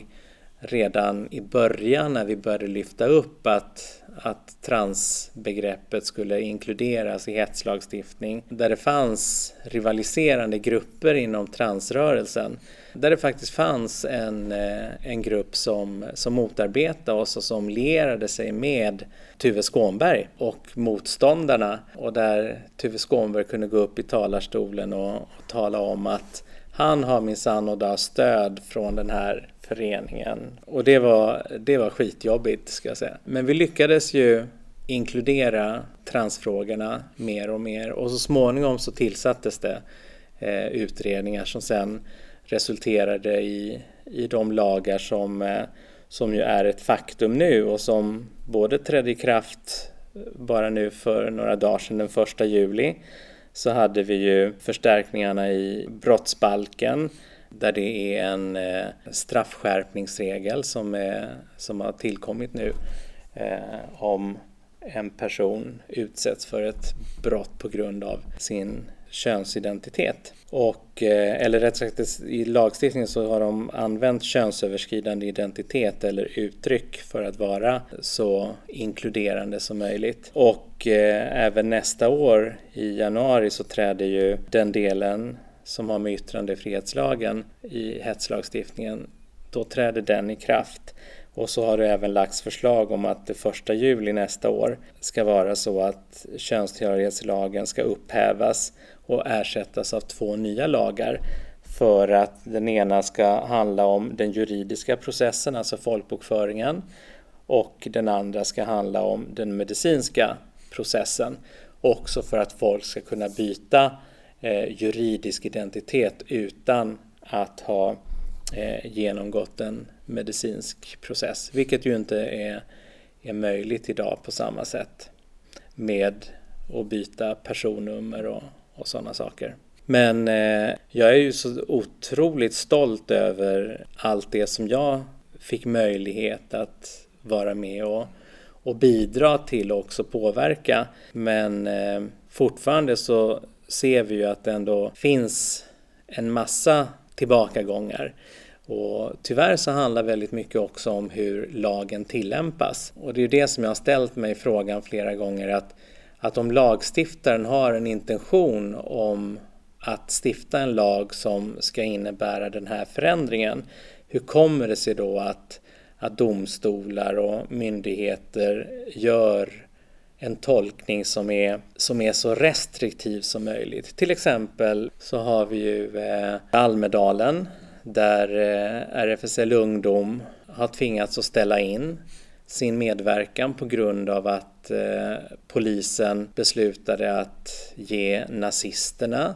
redan i början när vi började lyfta upp att, att transbegreppet skulle inkluderas i hetslagstiftning. Där det fanns rivaliserande grupper inom transrörelsen. Där det faktiskt fanns en, en grupp som, som motarbetade oss och som lierade sig med Tuve Skånberg och motståndarna. Och där Tuve Skånberg kunde gå upp i talarstolen och, och tala om att han har minsann och där stöd från den här föreningen. Och det var, det var skitjobbigt, ska jag säga. Men vi lyckades ju inkludera transfrågorna mer och mer. Och så småningom så tillsattes det eh, utredningar som sen resulterade i, i de lagar som, eh, som ju är ett faktum nu och som både trädde i kraft bara nu för några dagar sedan, den första juli. Så hade vi ju förstärkningarna i brottsbalken där det är en eh, straffskärpningsregel som, är, som har tillkommit nu eh, om en person utsätts för ett brott på grund av sin könsidentitet. Och, eh, eller rätt sagt, i lagstiftningen så har de använt könsöverskridande identitet eller uttryck för att vara så inkluderande som möjligt. Och eh, även nästa år i januari så träder ju den delen som har med yttrandefrihetslagen i hetslagstiftningen, då träder den i kraft. Och så har det även lagts förslag om att det första juli nästa år ska vara så att könstillhörighetslagen ska upphävas och ersättas av två nya lagar, för att den ena ska handla om den juridiska processen, alltså folkbokföringen, och den andra ska handla om den medicinska processen. Också för att folk ska kunna byta eh, juridisk identitet utan att ha eh, genomgått en medicinsk process, vilket ju inte är, är möjligt idag på samma sätt med att byta personnummer och, och sådana saker. Men eh, jag är ju så otroligt stolt över allt det som jag fick möjlighet att vara med och, och bidra till och också påverka. Men eh, fortfarande så ser vi ju att det ändå finns en massa tillbakagångar. Och tyvärr så handlar väldigt mycket också om hur lagen tillämpas. Och det är ju det som jag har ställt mig frågan flera gånger, att, att om lagstiftaren har en intention om att stifta en lag som ska innebära den här förändringen, hur kommer det sig då att, att domstolar och myndigheter gör en tolkning som är, som är så restriktiv som möjligt. Till exempel så har vi ju eh, Almedalen där eh, R F S L Ungdom har tvingats att ställa in sin medverkan på grund av att eh, polisen beslutade att ge nazisterna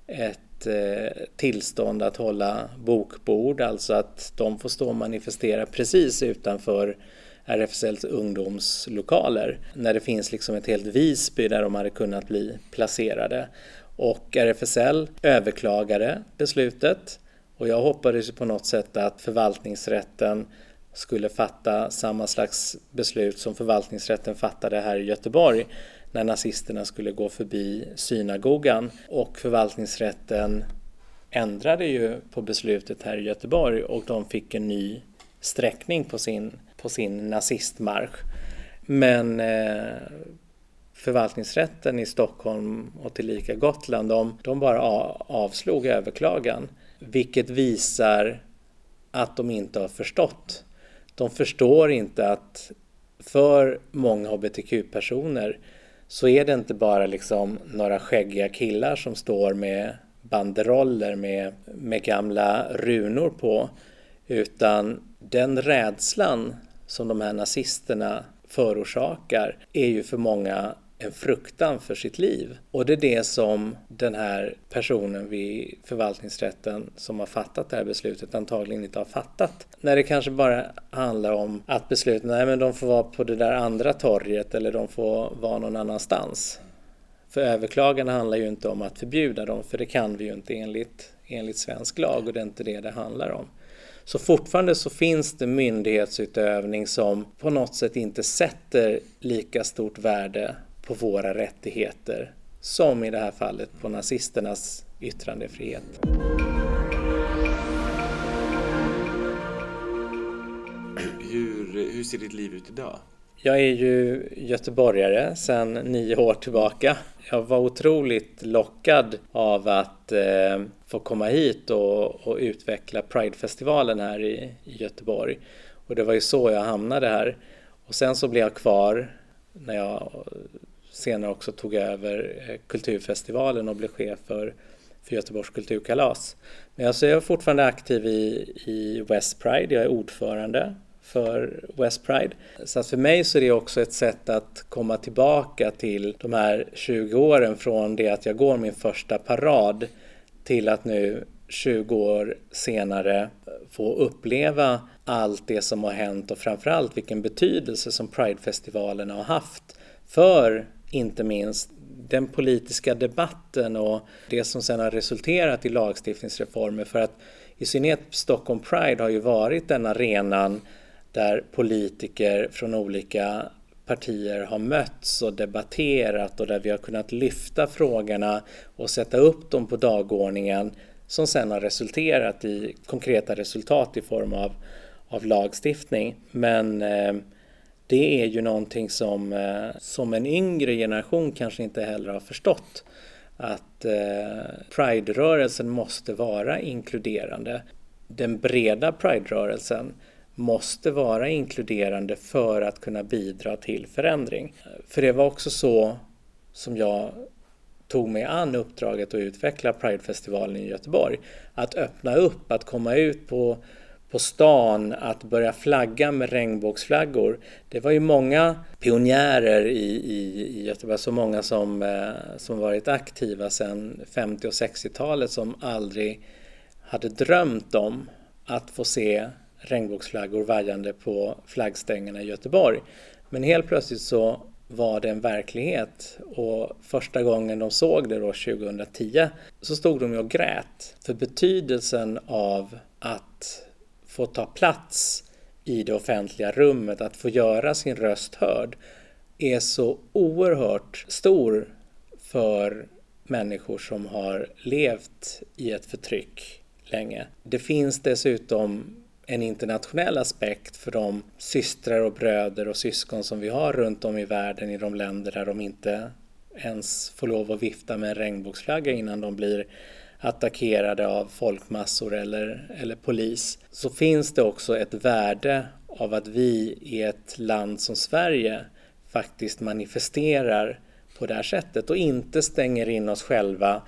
ett eh, tillstånd att hålla bokbord, alltså att de får stå och manifestera precis utanför R F S L:s ungdomslokaler när det finns liksom ett helt Visby där de hade kunnat bli placerade. Och R F S L överklagade beslutet och jag hoppades på något sätt att förvaltningsrätten skulle fatta samma slags beslut som förvaltningsrätten fattade här i Göteborg när nazisterna skulle gå förbi synagogan. Och förvaltningsrätten ändrade ju på beslutet här i Göteborg och de fick en ny sträckning på sin, på sin nazistmarsch. Men eh, förvaltningsrätten i Stockholm och tillika Gotland, de, de bara avslog överklagan. Vilket visar att de inte har förstått. De förstår inte att för många H B T Q-personer så är det inte bara liksom några skäggiga killar som står med banderoller med, med gamla runor på, utan den rädslan som de här nazisterna förorsakar är ju för många en fruktan för sitt liv. Och det är det som den här personen vid förvaltningsrätten som har fattat det här beslutet antagligen inte har fattat. När det kanske bara handlar om att beslutet, nej men de får vara på det där andra torget eller de får vara någon annanstans. För överklagan handlar ju inte om att förbjuda dem, för det kan vi ju inte enligt, enligt svensk lag och det är inte det det handlar om. Så fortfarande så finns det myndighetsutövning som på något sätt inte sätter lika stort värde på våra rättigheter som i det här fallet på nazisternas yttrandefrihet. Hur, hur ser ditt liv ut idag? Jag är ju göteborgare sedan nio år tillbaka. Jag var otroligt lockad av att eh, få komma hit och, och utveckla Pride-festivalen här i, i Göteborg. Och det var ju så jag hamnade här. Och sen så blev jag kvar när jag senare också tog över kulturfestivalen och blev chef för, för Göteborgs kulturkalas. Men alltså jag är fortfarande aktiv i, i West Pride. Jag är ordförande för West Pride. Så att för mig så är det också ett sätt att komma tillbaka till de här tjugo åren från det att jag går min första parad till att nu tjugo år senare få uppleva allt det som har hänt och framförallt vilken betydelse som Pride-festivalen har haft för inte minst den politiska debatten och det som sedan har resulterat i lagstiftningsreformer. För att i synnerhet Stockholm Pride har ju varit den arenan där politiker från olika partier har mötts och debatterat och där vi har kunnat lyfta frågorna och sätta upp dem på dagordningen som sedan har resulterat i konkreta resultat i form av, av lagstiftning. Men eh, det är ju någonting som, eh, som en yngre generation kanske inte heller har förstått. Att eh, Pride-rörelsen måste vara inkluderande. Den breda Pride-rörelsen måste vara inkluderande för att kunna bidra till förändring. För det var också så som jag tog mig an uppdraget att utveckla Pride-festivalen i Göteborg. Att öppna upp, att komma ut på, på stan, att börja flagga med regnbågsflaggor. Det var ju många pionjärer i, i, i Göteborg, så många som, eh, som varit aktiva sedan femtio- och sextiotalet som aldrig hade drömt om att få se regnbågsflaggor vajande på flaggstängerna i Göteborg. Men helt plötsligt så var det en verklighet och första gången de såg det då tjugohundratio så stod de och grät för betydelsen av att få ta plats i det offentliga rummet, att få göra sin röst hörd är så oerhört stor för människor som har levt i ett förtryck länge. Det finns dessutom en internationell aspekt för de systrar och bröder och syskon som vi har runt om i världen i de länder där de inte ens får lov att vifta med en regnbågsflagga innan de blir attackerade av folkmassor eller, eller polis. Så finns det också ett värde av att vi i ett land som Sverige faktiskt manifesterar på det här sättet och inte stänger in oss själva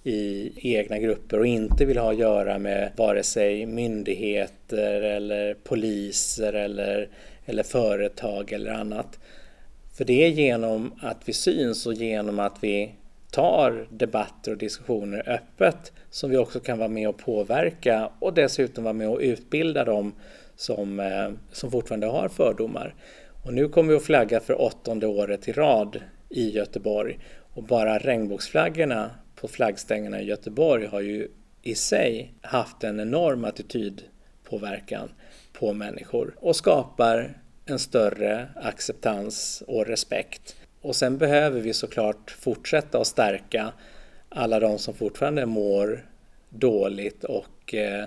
i egna grupper och inte vill ha att göra med vare sig myndigheter eller poliser eller, eller företag eller annat. För det är genom att vi syns och genom att vi tar debatter och diskussioner öppet som vi också kan vara med och påverka och dessutom vara med och utbilda dem som, eh, som fortfarande har fördomar. Och nu kommer vi att flagga för åttonde året i rad i Göteborg och bara regnbågsflaggorna på flaggstängerna i Göteborg har ju i sig haft en enorm attitydpåverkan på människor och skapar en större acceptans och respekt. Och sen behöver vi såklart fortsätta att stärka alla de som fortfarande mår dåligt och eh,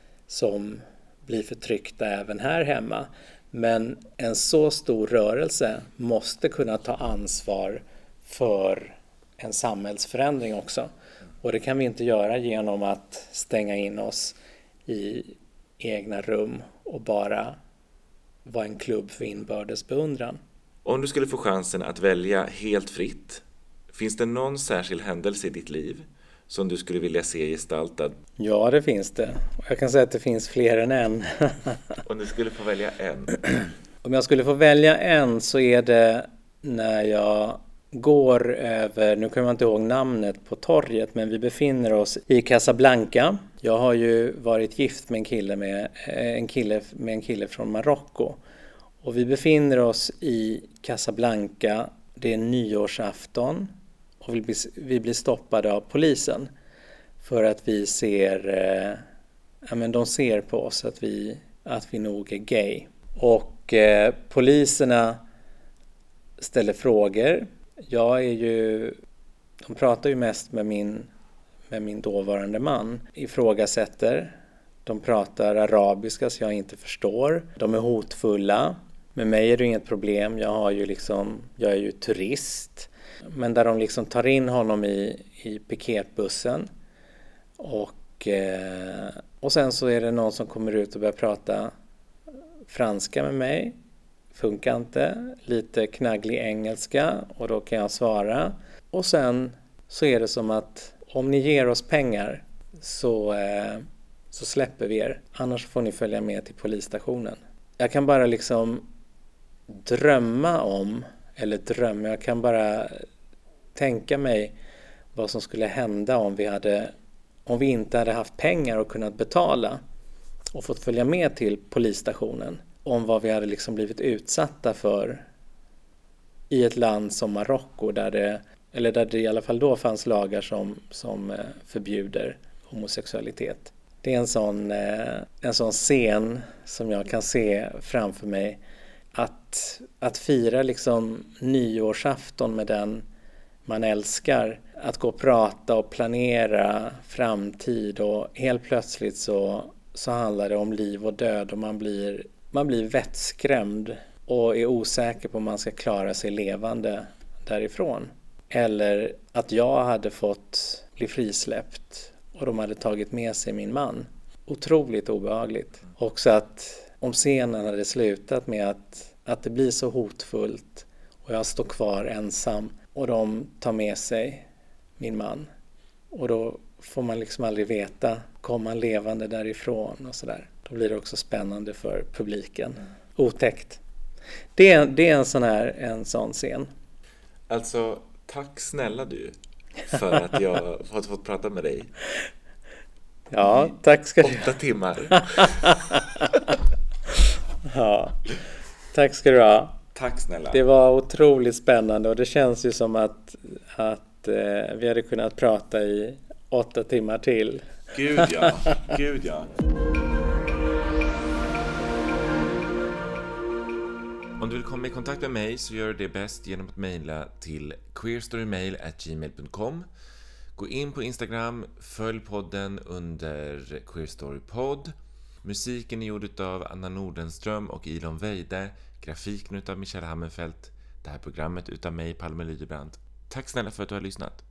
som blir förtryckta även här hemma. Men en så stor rörelse måste kunna ta ansvar för en samhällsförändring också. Och det kan vi inte göra genom att stänga in oss i egna rum och bara vara en klubb för inbördes beundran. Om du skulle få chansen att välja helt fritt, finns det någon särskild händelse i ditt liv som du skulle vilja se gestaltad? Ja, det finns det. Jag kan säga att det finns fler än en. Om du skulle få välja en? Om jag skulle få välja en så är det när jag går över, nu kommer jag inte ihåg namnet på torget, men vi befinner oss i Casablanca. Jag har ju varit gift med en kille, med, en kille, med en kille från Marocko. Och vi befinner oss i Casablanca, det är nyårsafton och vi blir, vi blir stoppade av polisen för att vi ser, eh, ja men de ser på oss att vi, att vi nog är gay. Och eh, poliserna ställer frågor. Jag är ju, de pratar ju mest med min, med min dåvarande man, ifrågasätter. De pratar arabiska så jag inte förstår. De är hotfulla. Med mig är det inget problem. Jag har ju liksom, jag är ju turist. Men där de liksom tar in honom i, i piketbussen. Och, eh, och sen så är det någon som kommer ut och börjar prata franska med mig. Funkar inte. Lite knagglig engelska. Och då kan jag svara. Och sen så är det som att om ni ger oss pengar så, eh, så släpper vi er. Annars får ni följa med till polisstationen. Jag kan bara liksom drömma om, eller drömma, jag kan bara tänka mig vad som skulle hända om vi hade, om vi inte hade haft pengar och kunnat betala och fått följa med till polisstationen. Om vad vi hade liksom blivit utsatta för i ett land som Marocko där det, eller där det i alla fall då fanns lagar som, som förbjuder homosexualitet. Det är en sån, en sån scen som jag kan se framför mig. Att, att fira liksom nyårsafton med den man älskar. Att gå och prata och planera framtid. Och helt plötsligt så, så handlar det om liv och död. Och man blir, man blir vettskrämd. Och är osäker på om man ska klara sig levande därifrån. Eller att jag hade fått bli frisläppt. Och de hade tagit med sig min man. Otroligt obehagligt. Också att om scenen hade slutat med att, att det blir så hotfullt. Och jag står kvar ensam. Och de tar med sig min man. Och då får man liksom aldrig veta. Kommer han levande därifrån och sådär. Då blir det också spännande för publiken. Otäckt. Det är, det är en sån här en sån scen. Alltså, tack snälla du. För att jag har fått prata med dig. Ja, tack ska du Åtta timmar. Ja, tack ska du ha. Tack snälla. Det var otroligt spännande och det känns ju som att, att eh, vi hade kunnat prata i åtta timmar till. Gud ja, gud ja. Om du vill komma i kontakt med mig så gör du det bäst genom att mejla till queerstorymail at gmail dot com. Gå in på Instagram, följ podden under queerstorypod. Musiken är gjord av Anna Nordenström och Ilon Weide. Grafiken utav Michelle Hammenfeldt. Det här programmet utav mig, Palme Lydebrand. Tack snälla för att du har lyssnat.